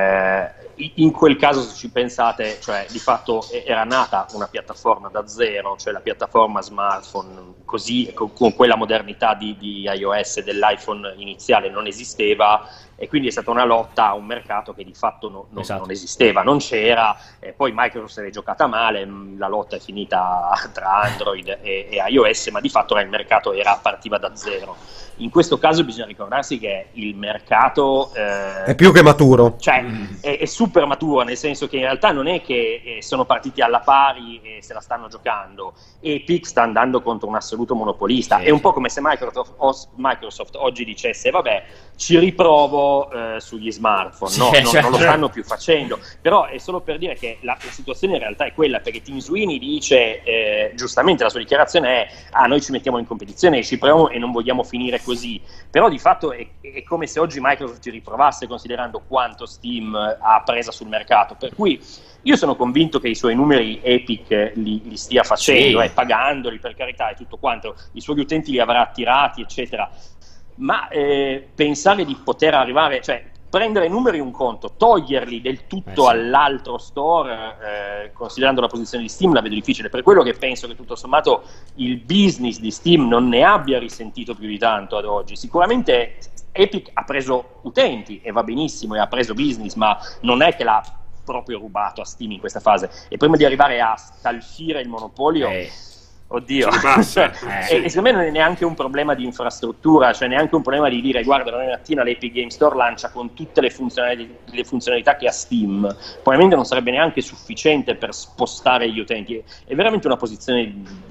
in quel caso se ci pensate, cioè di fatto era nata una piattaforma da zero, cioè la piattaforma smartphone così con quella modernità di iOS e dell'iPhone iniziale non esisteva, e quindi è stata una lotta a un mercato che di fatto non esisteva, non c'era, poi Microsoft si è giocata male, la lotta è finita tra Android e iOS, ma di fatto il mercato partiva da zero. In questo caso bisogna ricordarsi che il mercato è più che maturo, cioè è super maturo, nel senso che in realtà non è che sono partiti alla pari e se la stanno giocando. Epic sta andando contro un assoluto monopolista, è un po' come se Microsoft oggi dicesse vabbè ci riprovo sugli smartphone, non lo stanno più facendo, però è solo per dire che la situazione in realtà è quella, perché Tim Sweeney dice giustamente, la sua dichiarazione è noi ci mettiamo in competizione e ci proviamo e non vogliamo finire così, però di fatto è come se oggi Microsoft ci riprovasse, considerando quanto Steam ha presa sul mercato, per cui io sono convinto che i suoi numeri Epic li stia facendo, pagandoli per carità e tutto quanto, i suoi utenti li avrà attirati eccetera, ma pensare di poter arrivare, cioè prendere i numeri un conto, toglierli del tutto all'altro store, considerando la posizione di Steam, la vedo difficile, per quello che penso che tutto sommato il business di Steam non ne abbia risentito più di tanto ad oggi. Sicuramente Epic ha preso utenti e va benissimo, e ha preso business, ma non è che l'ha proprio rubato a Steam in questa fase, e prima di arrivare a scalfire il monopolio oddio, e secondo me non è neanche un problema di infrastruttura, cioè neanche un problema di dire guarda domani mattina l'Epic Game Store lancia con tutte le funzionalità che ha Steam, probabilmente non sarebbe neanche sufficiente per spostare gli utenti, è veramente una posizione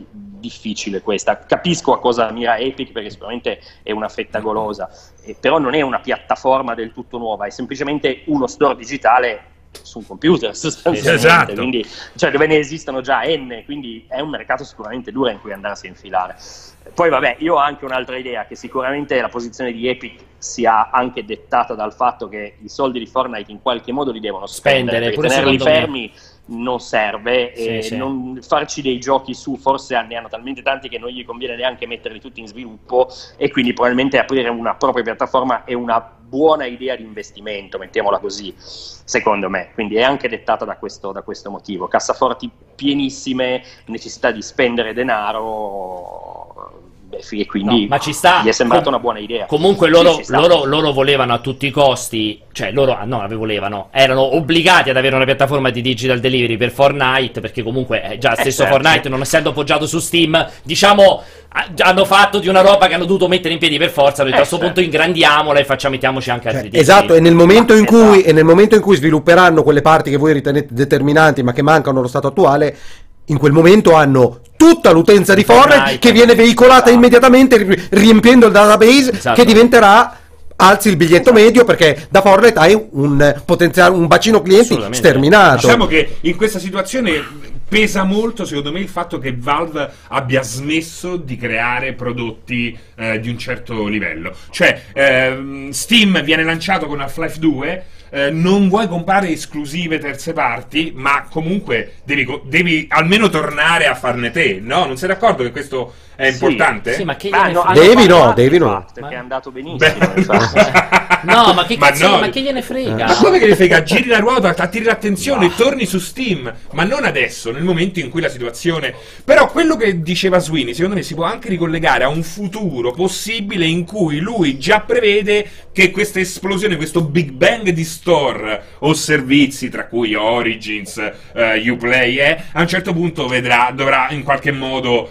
difficile questa. Capisco a cosa mira Epic, perché sicuramente è una fetta golosa, però non è una piattaforma del tutto nuova, è semplicemente uno store digitale su un computer sostanzialmente, esatto. Quindi, cioè, dove ne esistono già N, quindi è un mercato sicuramente duro in cui andarsi a infilare. Poi vabbè, io ho anche un'altra idea, che sicuramente la posizione di Epic sia anche dettata dal fatto che i soldi di Fortnite in qualche modo li devono spendere, perché tenerli fermi non serve, e non farci dei giochi su, forse ne hanno talmente tanti che non gli conviene neanche metterli tutti in sviluppo, e quindi probabilmente aprire una propria piattaforma è una buona idea di investimento, mettiamola così, secondo me. Quindi è anche dettata da questo motivo: cassaforti pienissime, necessità di spendere denaro, e quindi ma ci sta. Gli è sembrata una buona idea. Comunque loro volevano a tutti i costi, cioè erano obbligati ad avere una piattaforma di digital delivery per Fortnite, perché comunque già stesso Fortnite, non essendo appoggiato su Steam, diciamo, hanno fatto di una roba che hanno dovuto mettere in piedi per forza. Hanno detto, a questo punto ingrandiamola e mettiamoci anche altri titoli. Esatto, e nel momento in cui svilupperanno quelle parti che voi ritenete determinanti ma che mancano allo stato attuale, in quel momento hanno tutta l'utenza di Fortnite che viene veicolata immediatamente, riempiendo il database, che diventerà, alzi il biglietto medio, perché da Fortnite hai un bacino clienti sterminato. Diciamo che in questa situazione pesa molto, secondo me, il fatto che Valve abbia smesso di creare prodotti di un certo livello. Cioè, Steam viene lanciato con Half-Life 2, non vuoi comprare esclusive terze parti, ma comunque devi almeno tornare a farne te, no? Non sei d'accordo che questo è importante? Sì, ma che devi no. Perché è andato benissimo. No, ma che cazzo, ma che gliene frega? Ma come che ne frega? Giri la ruota, attiri l'attenzione, torni su Steam, ma non adesso, nel momento in cui la situazione... Però quello che diceva Sweeney, secondo me si può anche ricollegare a un futuro possibile in cui lui già prevede che questa esplosione, questo Big Bang di store o servizi, tra cui Origins, Uplay, a un certo punto dovrà in qualche modo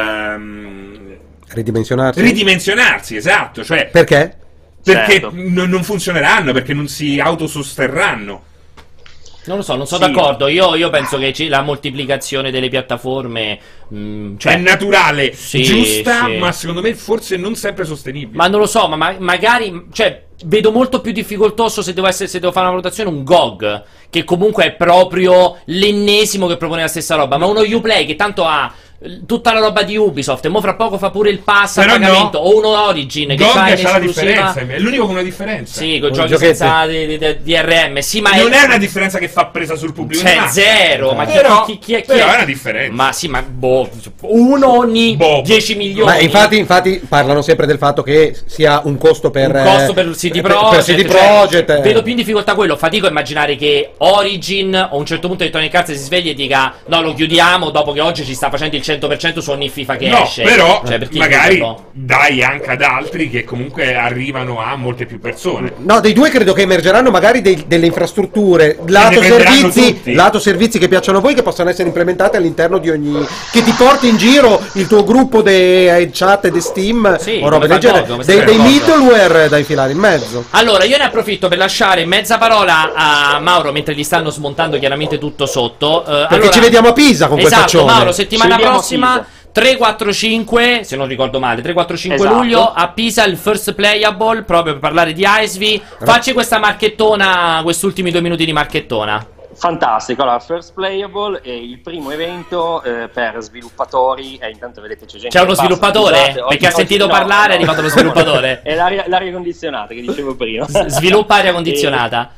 ridimensionarsi, esatto. Cioè, perché? Perché non funzioneranno, perché non si autososterranno. Non lo so, non sono d'accordo. Io penso che la moltiplicazione delle piattaforme cioè, è naturale, giusta, ma secondo me forse non sempre sostenibile. Ma non lo so, ma magari, cioè, vedo molto più difficoltoso, se devo fare una valutazione, un GOG, che comunque è proprio l'ennesimo che propone la stessa roba, ma uno Uplay che tanto ha tutta la roba di Ubisoft e mo fra poco fa pure il pass a pagamento, o uno Origin che fa la differenza, è l'unico con una differenza. Sì, con giochi senza DRM. Sì, ma non è una differenza che fa presa sul pubblico, cioè zero, ma chi è una differenza. Ma sì, ma uno ogni 10 milioni. Ma infatti parlano sempre del fatto che sia un costo per CD Projekt. Vedo più in difficoltà quello. Fatico a immaginare che Origin a un certo punto Electronic Arts si sveglia e dica no, lo chiudiamo dopo che oggi ci sta facendo il 100% su ogni FIFA che esce. Però magari dai anche ad altri che comunque arrivano a molte più persone. No, dei due credo che emergeranno magari delle infrastrutture lato servizi che piacciono a voi, che possono essere implementate all'interno di ogni, che ti porti in giro il tuo gruppo di chat e di Steam o roba del genere, dei middleware da infilare in mezzo. Allora io ne approfitto per lasciare mezza parola a Mauro mentre gli stanno smontando chiaramente tutto sotto, perché allora, ci vediamo a Pisa con questa accione. Mauro, settimana prossima 3-4-5, se non ricordo male, 3-4-5 luglio a Pisa, il first playable, proprio per parlare di ISV. Facci questa marchettona, questi ultimi 2 minuti di marchettona. Fantastico, allora First Playable è il primo evento per sviluppatori, e intanto vedete c'è gente. C'è uno sviluppatore? Perché ha sentito parlare, è arrivato lo sviluppatore. È l'aria condizionata che dicevo prima. Sviluppa aria condizionata.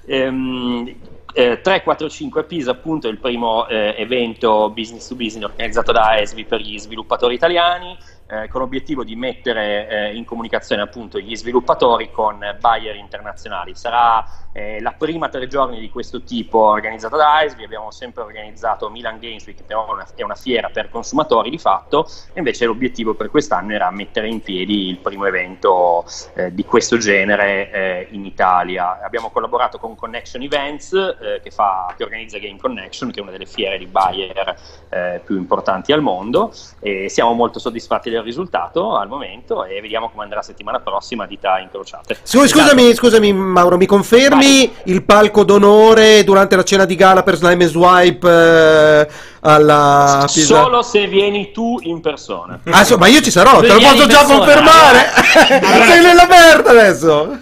3-4-5 Pisa, appunto, è il primo evento business to business organizzato da ASV per gli sviluppatori italiani, con l'obiettivo di mettere in comunicazione appunto gli sviluppatori con buyer internazionali. Sarà la prima 3 giorni di questo tipo organizzata da ASV. Abbiamo sempre organizzato Milan Games Week, che però è una fiera per consumatori di fatto, e invece l'obiettivo per quest'anno era mettere in piedi il primo evento di questo genere in Italia. Abbiamo collaborato con Connection Events, che organizza Game Connection, che è una delle fiere di buyer più importanti al mondo, e siamo molto soddisfatti del il risultato al momento e vediamo come andrà la settimana prossima, dita incrociate. Scusami Mauro, mi confermi il palco d'onore durante la cena di gala per Slime e Swipe alla Pisa? Solo se vieni tu in persona. Ma io ci sarò, te lo posso già confermare. Sei nella merda adesso.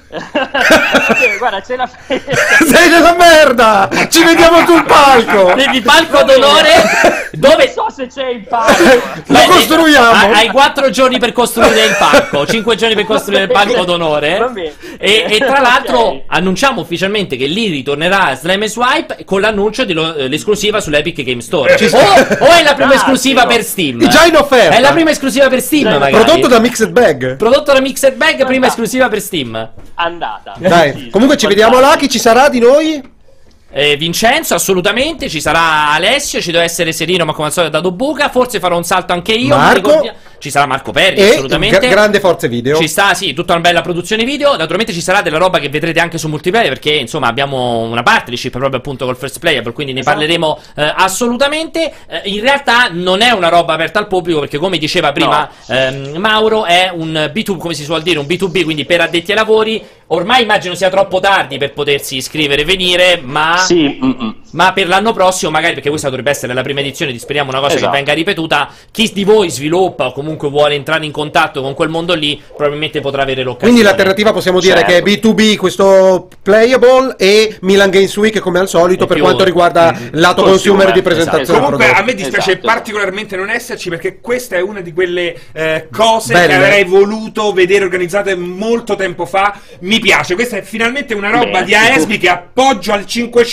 Guarda, c'è la sei nella merda. Ci vediamo sul palco. Vedi, palco d'onore. Dove non so se c'è il palco. Lo costruiamo. Hai 4 giorni per costruire il palco, 5 giorni per costruire il palco d'onore. E tra l'altro annunciamo ufficialmente che lì ritornerà Slime e Swipe con l'annuncio dell'esclusiva sull'Epic Game Store. O è la prima esclusiva per Steam? Già in offerta. È la prima esclusiva per Steam, magari. Prodotto da Mixed Bag. Prima esclusiva per Steam. Andata. Dai, comunque ci vediamo là. Chi ci sarà di noi? Vincenzo, assolutamente. Ci sarà Alessio, ci deve essere Serino, ma come al solito è dato buca. Forse farò un salto anche io. Marco. Ci sarà Marco Perri, e assolutamente. Grande Forze Video. Ci sta, sì, tutta una bella produzione video. Naturalmente ci sarà della roba che vedrete anche su multiplayer, perché insomma abbiamo una partnership proprio appunto col First Player, quindi ne parleremo assolutamente. In realtà non è una roba aperta al pubblico, perché come diceva prima Mauro, è un B2B, come si suol dire, un B2B, quindi per addetti ai lavori. Ormai immagino sia troppo tardi per potersi iscrivere e venire, ma ma per l'anno prossimo magari, perché questa dovrebbe essere la prima edizione, speriamo una cosa che venga ripetuta, chi di voi sviluppa o comunque vuole entrare in contatto con quel mondo lì probabilmente potrà avere l'occasione. Quindi l'alternativa possiamo dire che è B2B questo Playable e Milan Games Week come al solito per quanto riguarda lato consumer di presentazione. Comunque a me dispiace particolarmente non esserci, perché questa è una di quelle cose che avrei voluto vedere organizzate molto tempo fa. Mi piace, questa è finalmente una roba di AESB che appoggio al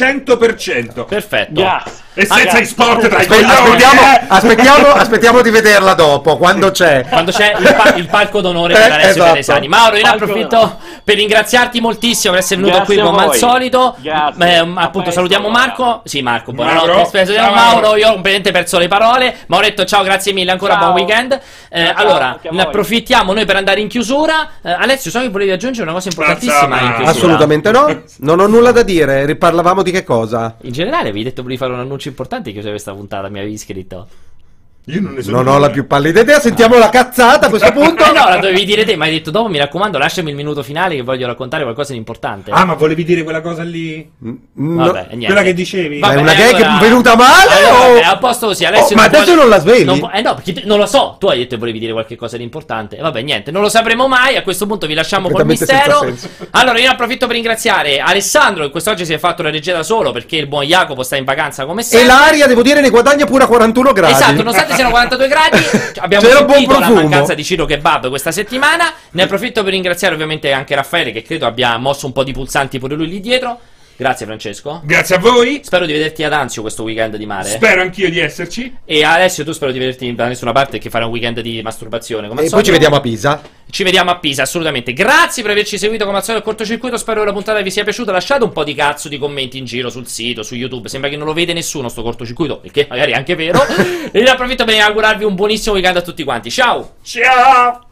500%. Perfetto. Grazie. E senza i sport tra i aspettiamo di vederla dopo, quando c'è il palco d'onore per Alessio Peresani. Mauro, io ne approfitto per ringraziarti moltissimo per essere venuto qui come al solito. Appunto salutiamo Marco. Sì, Marco, buonanotte. Salutiamo Mauro, io ho completamente perso le parole. Mauretto, ciao, grazie mille ancora, buon weekend. Allora, ne approfittiamo noi per andare in chiusura. Alessio, so che volevi aggiungere una cosa importantissima in chiusura. Assolutamente no, non ho nulla da dire. Riparlavamo di che cosa? In generale avevi detto volevi fare un annuncio importante che questa puntata mi avevi scritto. Io non ho la più pallida idea, sentiamo la cazzata a questo punto. No, la dovevi dire te, ma hai detto dopo, mi raccomando, lasciami il minuto finale che voglio raccontare qualcosa di importante. Ah, ma volevi dire quella cosa lì? Vabbè, niente. Quella che dicevi? Vabbè, è una gag venuta male? A posto così, Alessio. Ma adesso non la svegli? No, perché non lo so, tu hai detto che volevi dire qualche cosa di importante. Vabbè, niente, non lo sapremo mai, a questo punto vi lasciamo col mistero. Allora, io approfitto per ringraziare Alessandro, che quest'oggi si è fatto la regia da solo, perché il buon Jacopo sta in vacanza come sempre. E l'aria, devo dire, ne guadagna pure a 41 gradi. Esatto, nonostante siano 42 gradi. Abbiamo sentito la mancanza di Ciro Kebab questa settimana. Ne approfitto per ringraziare ovviamente anche Raffaele, che credo abbia mosso un po' di pulsanti pure lui lì dietro. Grazie Francesco. Grazie a voi. Spero di vederti ad Anzio questo weekend di mare. Spero anch'io di esserci. E Alessio, tu spero di vederti da nessuna parte, che fare un weekend di masturbazione come e poi ci vediamo a Pisa. Ci vediamo a Pisa, assolutamente. Grazie per averci seguito come al solito al cortocircuito. Spero che la puntata vi sia piaciuta. Lasciate un po' di cazzo di commenti in giro sul sito, su YouTube. Sembra che non lo vede nessuno sto cortocircuito, il che magari è anche vero. E ne approfitto per augurarvi un buonissimo weekend a tutti quanti. Ciao. Ciao.